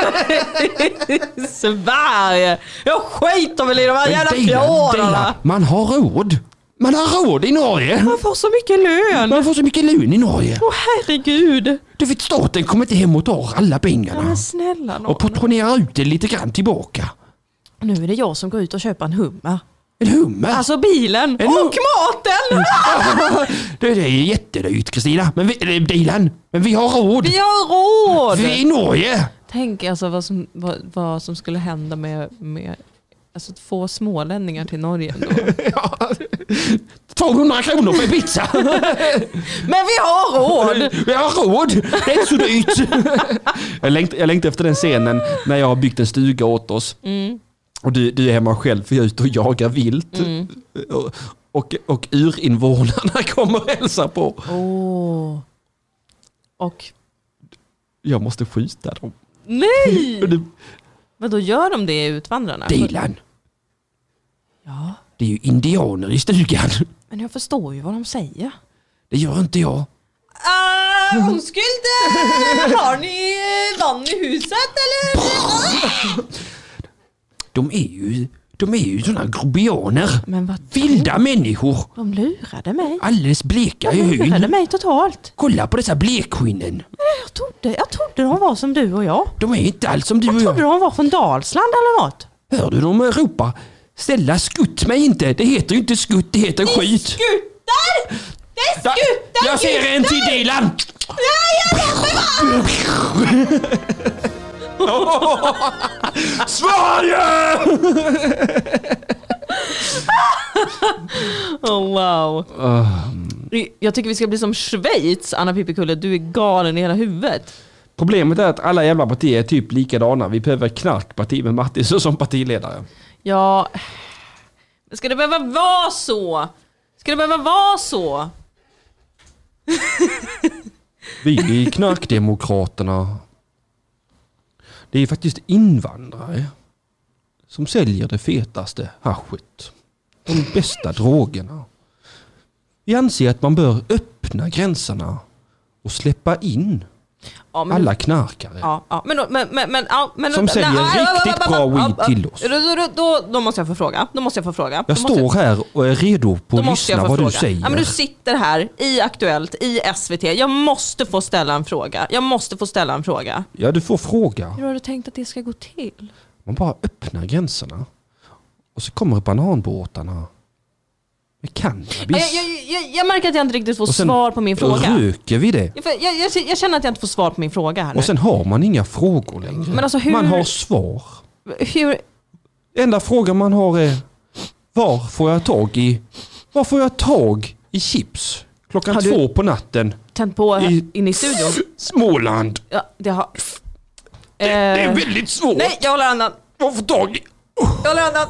B: Sverige! Jag skiter väl i de här
A: Men
B: jävla
A: Dilan, Dilan,
B: fjordarna.
A: man har råd. Man har råd i Norge.
B: Man får så mycket lön.
A: Man får så mycket lön i Norge.
B: Åh herregud.
A: Du vet, staten kommer inte hem och tar alla
B: Ja,
A: pengarna.
B: men snälla någon.
A: Och portionerar ut det lite grann tillbaka.
B: Nu är det jag som går ut och köper en hummer.
A: En hummer.
B: Alltså bilen.
A: En
B: och
A: hum-
B: maten.
A: det, det är jättedyrt, Kristina. Men vi, det är Dilan. Men vi har råd.
B: Vi har råd.
A: Vi är i Norge.
B: Tänk alltså vad som, vad, vad som skulle hända med, med alltså, att få smålänningar till Norge ändå.
A: Ja, tvåhundra kronor för en pizza.
B: Men vi har råd!
A: Vi har råd. Det är inte så dyrt. jag, längtar, jag längtar efter den scenen när jag har byggt en stuga åt oss.
B: Mm.
A: Och du, du är hemma själv för jag är ute och jagar vilt.
B: Mm.
A: Och, och, och urinvånarna kommer och hälsa på.
B: Åh. Och
A: Jag måste skjuta dem.
B: nej!
A: Du,
B: Men då gör de det, utvandrarna?
A: Dilan,
B: Ja,
A: det är ju indianer i stugan.
B: men jag förstår ju vad de säger.
A: Det gör inte jag.
B: Ah, oskuld! Har ni vann i huset eller?
A: De är ju, de är ju sådana grobianer.
B: Men vad
A: Vilda människor.
B: de lurade mig.
A: Alldeles bleka i
B: De lurade
A: hyn.
B: mig totalt.
A: Kolla på dessa blekskinnen.
B: Jag trodde, jag trodde de var som du och jag.
A: De är inte alls som du och
B: Jag trodde
A: jag.
B: de var från Dalsland eller något.
A: Hör du dem ropa? Snälla, skutt mig inte. Det heter ju inte skutt, det heter skjut.
B: Skuttar! Det är
A: Ja,
B: skuttar!
A: jag ser en till Dilan. Sverige!
B: Oh, wow. Jag tycker vi ska bli som Schweiz, Anna Pippikulle. Du är galen i hela huvudet.
A: Problemet är att alla jävla partier är typ likadana. Vi behöver knarkparti med Mattis som partiledare.
B: Ja, Ska det behöva vara så? Ska det behöva vara så?
A: Vi i Knarkdemokraterna, det är faktiskt invandrare som säljer det fetaste haschet. De bästa drogerna. Vi anser att man bör öppna gränserna och släppa in
B: ja, men
A: alla
B: du,
A: knarkare.
B: Ja, ja, men, men, men, men, ja, men,
A: som säljer
B: nej,
A: riktigt bra weed till oss.
B: Då, då, då, då måste jag få fråga. Då måste jag få fråga.
A: Jag står
B: jag,
A: här och är redo på att lyssna vad
B: fråga.
A: du säger.
B: Ja, men du sitter här i Aktuellt, i S V T. Jag måste få ställa en fråga. Jag måste få ställa en fråga.
A: Ja, du får fråga.
B: Hur har du tänkt att det ska gå till?
A: Man bara öppnar gränserna. Och så kommer bananbåtarna med cannabis.
B: Jag, jag, jag, jag märker att jag inte riktigt får
A: och sen
B: svar på min fråga.
A: röker vi det.
B: Jag, jag, jag, jag känner att jag inte får svar på min fråga här nu.
A: Och sen har man inga frågor längre.
B: Men alltså hur,
A: man har svar.
B: Hur...
A: Enda frågan man har är: var får jag tag i var får jag tag i chips klockan
B: har
A: två på natten?
B: Tänt på
A: i
B: in i studion.
A: Småland.
B: Ja, det har...
A: Det, det är väldigt svårt.
B: Nej, jag håller andan.
A: Vad får tag i?
B: Jag håller andan.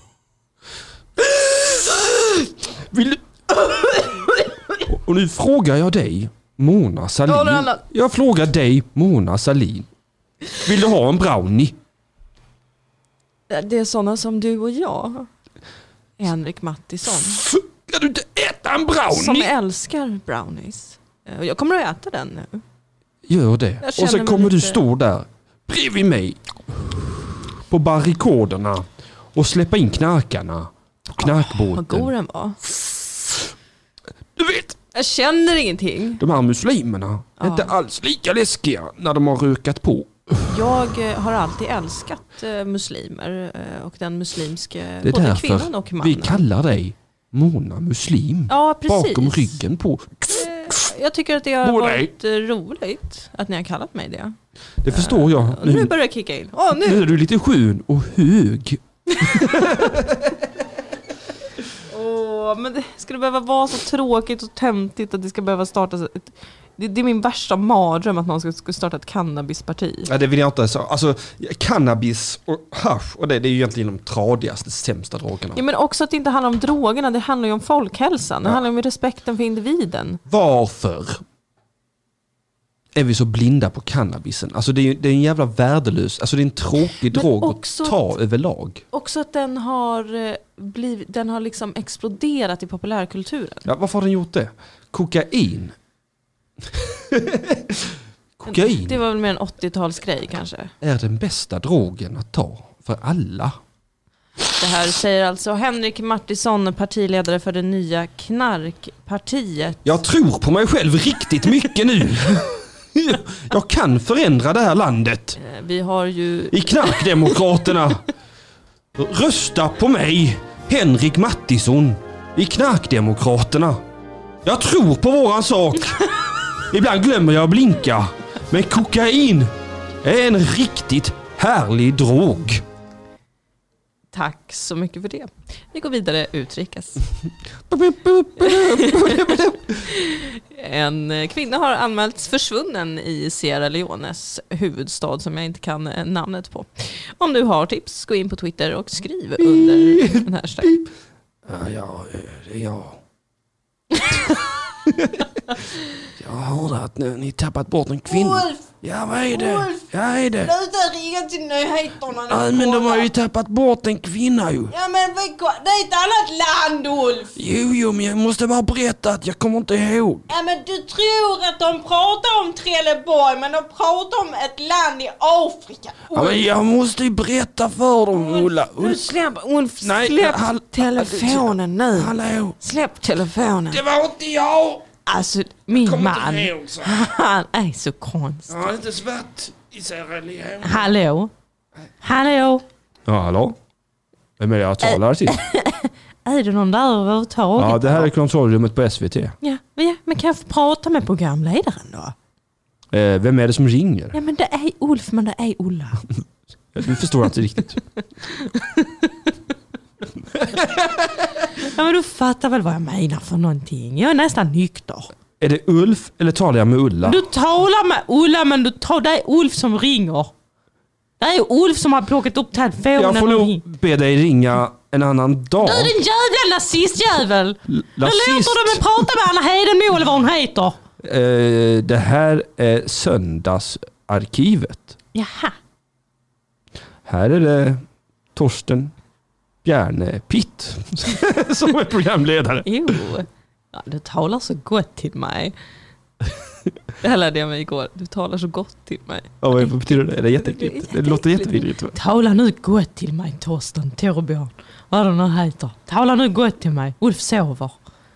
A: Vill du... Och nu frågar jag dig, Mona Sahlin.
B: Jag,
A: jag frågar dig, Mona Sahlin. Vill du ha en brownie?
B: Det är sådana som du och jag. Henrik Mattisson.
A: Ska du inte äta en brownie?
B: Som älskar brownies. Jag kommer att äta den nu.
A: Gör det. Och sen kommer lite... du stå där bredvid mig på barrikaderna och släppa in knarkarna. Knarkbåten.
B: Oh, vad god den var.
A: Du vet.
B: Jag känner ingenting.
A: De här muslimerna är
B: ja.
A: inte alls lika läskiga när de har rökat på.
B: Jag har alltid älskat muslimer och den muslimske
A: det
B: både kvinnan och mannen.
A: Vi kallar dig Mona Muslim.
B: Ja, precis.
A: Bakom ryggen på.
B: Jag tycker att det har varit roligt att ni har kallat mig det.
A: Det förstår jag.
B: Nu, nu börjar jag kicka in. Oh, nu.
A: nu är du lite skön och hög.
B: Åh, men det ska det behöva vara så tråkigt och töntigt att det ska behöva starta ett, det, det är min värsta mardröm att någon ska, ska starta ett cannabisparti.
A: Ja, det vill jag inte säga. Alltså, cannabis och hasch, och det, det är ju egentligen de tradigaste, sämsta drogerna.
B: Ja, men också att det inte handlar om drogerna, det handlar ju om folkhälsan. Det ja. handlar om respekten för individen.
A: Varför är vi så blinda på cannabisen? Alltså det är, det är en jävla värdelös, alltså det är en tråkig men drog att ta att, överlag.
B: Också att den har blivit, den har liksom exploderat i populärkulturen.
A: Ja, varför har den gjort det? Kokain. Kokain.
B: Det var väl mer en åttiotalsgrej kanske.
A: Är den bästa drogen att ta för alla.
B: Det här säger alltså Henrik Mattisson, partiledare för det nya knarkpartiet.
A: Jag tror på mig själv riktigt mycket nu. Jag kan förändra det här landet.
B: Vi har ju...
A: I Knarkdemokraterna. Rösta på mig, Henrik Mattisson. I Knarkdemokraterna. Jag tror på våran sak. Ibland glömmer jag att blinka. Men kokain är en riktigt härlig drog.
B: Tack så mycket för det. Vi går vidare utrikes. En kvinna har anmälts försvunnen i Sierra Leones huvudstad som jag inte kan namnet på. Om du har tips, gå in på Twitter och skriv under den här hashtag.
A: Ja, ja, det är jag. Jag hörde att ni, ni tappat bort en kvinna.
B: Wolf!
A: Ja, vad är det?
B: Wolf!
A: Ja, är det?
B: Sluta ringa till nyheterna.
A: Ja, men de har ju tappat bort en kvinna ju.
B: Ja, men det är ett annat land, Wolf.
A: Jo, jo, men jag måste bara berätta att jag kommer inte ihåg.
B: Ja, men du tror att de pratar om Trelleborg, men de pratar om ett land i Afrika.
A: Ja, men jag måste ju berätta för dem, Ulla.
B: Nu släpp, Wolf,
A: Nej,
B: släpp
A: hall-
B: telefonen nu.
A: Hallå.
B: Släpp telefonen.
A: Det var inte jag.
B: Alltså, min
A: Kom
B: man,
A: inte ihåg, så.
B: han är så konstig.
A: Jag har inte svart i Sierra Leone.
B: Hallå? Hallå?
A: Ja, hallå? Vem är det jag talar till?
B: Är det någon där överhuvudtaget?
A: Ja, det här är kontrollrummet på S V T.
B: Ja, ja, men kan jag få prata med programledaren då?
A: Eh, vem är det som ringer?
B: Ja, men det är Ulf, men det är Ulla.
A: Du förstår inte riktigt.
B: Ja, men du fattar väl vad jag menar för någonting. Jag är nästan nykter.
A: Är det Ulf eller talar jag med Ulla?
B: Du talar med Ulla, men du tar det är Ulf som ringer. Det är ju Ulf som har plockat upp telefonen.
A: Jag får
B: och...
A: nog be dig ringa en annan dag.
B: Du är din jävla nazistjävel.
A: L-
B: Nu låter du mig prata med Anna Hedenmo eller vad hon heter.
A: Uh, det här är söndagsarkivet.
B: Jaha.
A: Här är det Torsten Bjarne Pitt som är programledare.
B: Jo, ja, du talar så gott till mig. Det här lärde jag mig igår. Du talar så gott till mig.
A: Ja, vad betyder det? Är det jätteäckligt? Det låter jättevidrigt.
B: Tala nu gott till mig, Torsten, Torbjörn. Vad det nu heter. Tala nu gott till mig. Ulf sover.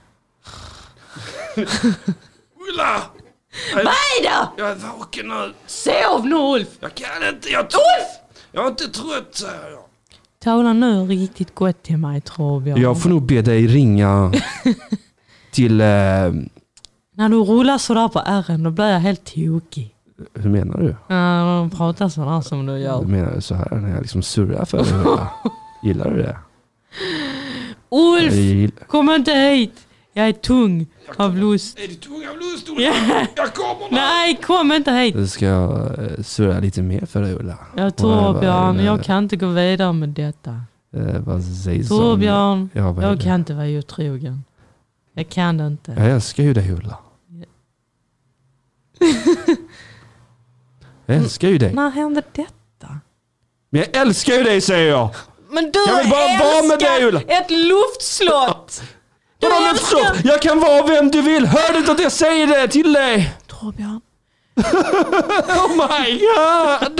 A: Ulla!
B: Vad är det?
A: Jag är vaken nu.
B: Sov nu, Ulf.
A: Jag kan inte. Jag
B: Ulf!
A: Jag är inte trött, säger jag.
B: Tala nu riktigt gott till mig, Torbjörn.
A: Jag får nog be dig ringa till... Eh,
B: När du rullar sådär på ärren, då blir jag helt tokig.
A: hur menar du?
B: När de pratar sådär som du gör.
A: Du menar så här när jag liksom surrar för dig? Gillar du det?
B: Ulf,
A: gill...
B: kom inte hit. Jag är tung av lust.
A: Är du tung av lust?
B: Yeah.
A: Jag kommer nu!
B: Nej, kom inte hit.
A: Då ska jag surra lite mer för dig, Ulla.
B: Ja, Torbjörn, jag kan inte gå vidare med detta.
A: Eh, vad sägs
B: Torbjörn,
A: ja, vad är
B: jag
A: det?
B: kan inte vara otrogen. Jag kan det inte.
A: Jag älskar ju dig, Ulla. Jag älskar ju dig.
B: När hände detta?
A: Men jag älskar ju dig, säger jag.
B: Men du
A: Jag vill bara vara med dig, Ulla.
B: ett luftslott. Du
A: Vadå luftslott? Jag kan vara vem du vill. Hör du inte att jag säger det till dig?
B: Torbjörn.
A: Oh my god.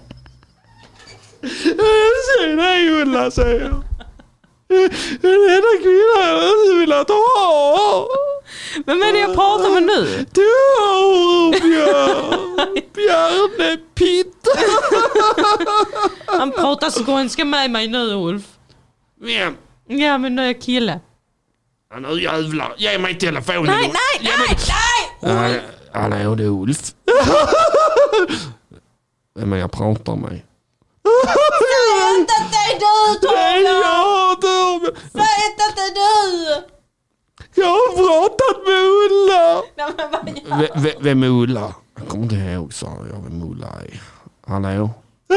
A: Jag säger nej, Ulla, säger jag. Det är den enda kvinnan jag vill att ha.
B: Vem är det jag pratar med nu?
A: Torbjörn. Bjarne Pitt.
B: Han pratar skånska med mig nu, Ulf.
A: Vem?
B: Ja, men nu är kille.
A: Ja, nu jävlar. Ge mig telefonen.
B: Nej, nej, nej, nej!
A: Hallå, det är Ulf. Vem är jag pratar med?
B: Säg inte att det är du,
A: Nej,
B: Torbjörn!
A: jag Torbjörn.
B: Säg inte att det är du!
A: Jag har pratat med Ulla.
B: Nej, men vad gör
A: V- v- vem är Ulla? Jag kommer inte ihåg, sa jag vem Ulla är. Hallå?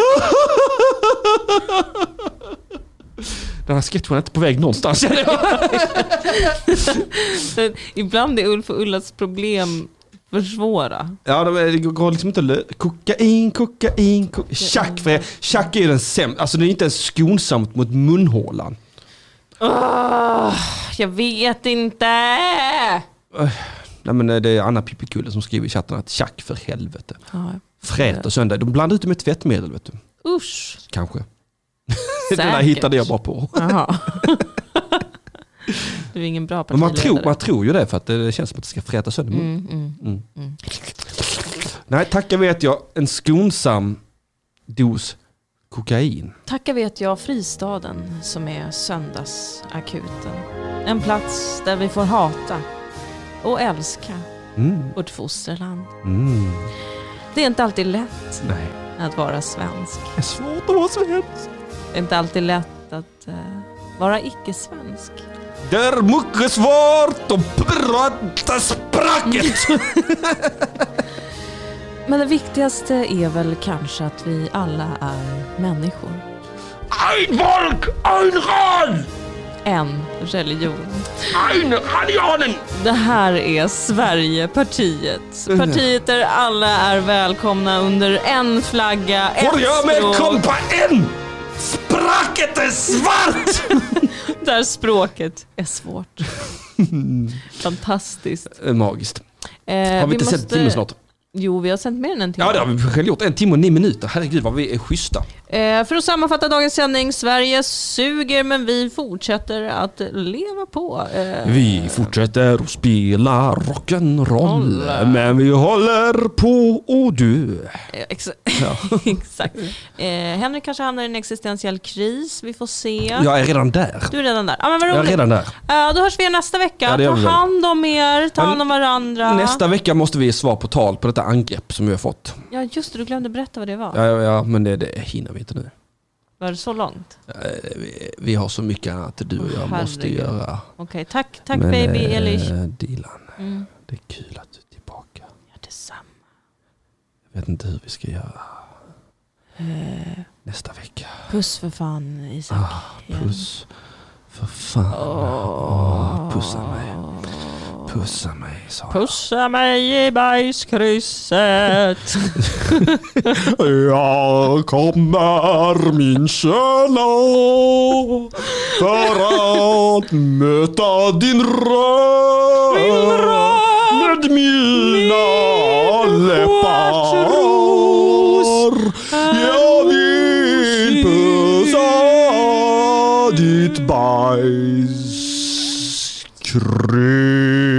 A: Den här sketchen är inte på väg någonstans.
B: Ibland är Ulf och Ullas problem för svåra.
A: Ja, det går liksom inte att lö- Kokain, kokain, kokain. Tjack, för tjack är ju den sämsta. Alltså det är inte ens skonsamt mot munhålan.
B: Oh, jag vet inte.
A: Uh, nej, men det är Anna Pippikulle som skriver i chatten att tjack för helvete.
B: Ja.
A: Frät och söndag. De blandar ut det med tvättmedel, vet du.
B: Usch.
A: Kanske. Det där hittade jag bara på.
B: Jaha. Du är ingen bra
A: Men man
B: partiledare.
A: tror, man tror ju det för att det känns som att det ska fräta sönder mun.
B: Mm, mm,
A: Mm.
B: mm.
A: Nej, tacka vet jag. En skonsam dos kokain.
B: Tacka vet jag Fristaden som är söndagsakuten. En plats där vi får hata och älska
A: Mm.
B: vårt fosterland.
A: Mm.
B: Det är inte alltid lätt
A: Nej.
B: att vara svensk.
A: Det är svårt att vara svensk.
B: Det är inte alltid lätt att uh, vara icke-svensk.
A: Det är mycket svårt att prata språket.
B: Men det viktigaste är väl kanske att vi alla är människor.
A: Ein Volk, ein Rad,
B: En religion.
A: ein Religionen.
B: Det här är Sverigepartiet. Partiet där alla är välkomna under en flagga, ett
A: Får jag med
B: språk.
A: kompa en? Språket är svart.
B: Där språket är svårt. Fantastiskt.
A: Magiskt.
B: Eh,
A: Har vi inte sett timmen snart?
B: Jo, vi har sänt mer än en timme.
A: Ja, det har vi själv gjort. En timme och nio minuter. Herregud vad vi är schyssta.
B: Eh, för att sammanfatta dagens sändning. Sverige suger men vi fortsätter att leva på. Eh,
A: Vi fortsätter att spela rock'n'roll.
B: Hålla.
A: Men vi håller på och dö.
B: eh, ex- Exakt. Eh, Henrik kanske hamnar i en existentiell kris. Vi får se.
A: Jag är redan där.
B: Du är redan där. Ja, men vad
A: Jag är
B: roligt.
A: redan där.
B: Eh, då hörs vi igen nästa vecka.
A: Ja, det gör
B: Ta
A: vi väl.
B: hand om er. Ta
A: Men
B: hand om varandra.
A: Nästa vecka måste vi ge svar på tal på detta angrepp som vi har fått.
B: Ja, just det. Du glömde berätta vad det var.
A: Ja, ja, ja men det, det hinner vi inte nu.
B: Var det så långt?
A: Eh, Vi, vi har så mycket annat du och jag
B: Åh,
A: måste
B: herregud.
A: göra.
B: Okej, tack, tack
A: Men,
B: baby
A: eh,
B: Elish.
A: Dilan,
B: Mm.
A: det är kul att du är tillbaka.
B: Ja, detsamma.
A: Jag vet inte hur vi ska göra.
B: Uh,
A: Nästa vecka.
B: Puss för fan, Isak.
A: Ah, puss. För fan. Oh, pussa mig. Pussa mig, sa
B: Pussa mig i bajskrysset.
A: Jag kommer min källa för att möta din röst med mina läppar. Jag vill pussa ditt bajskryss.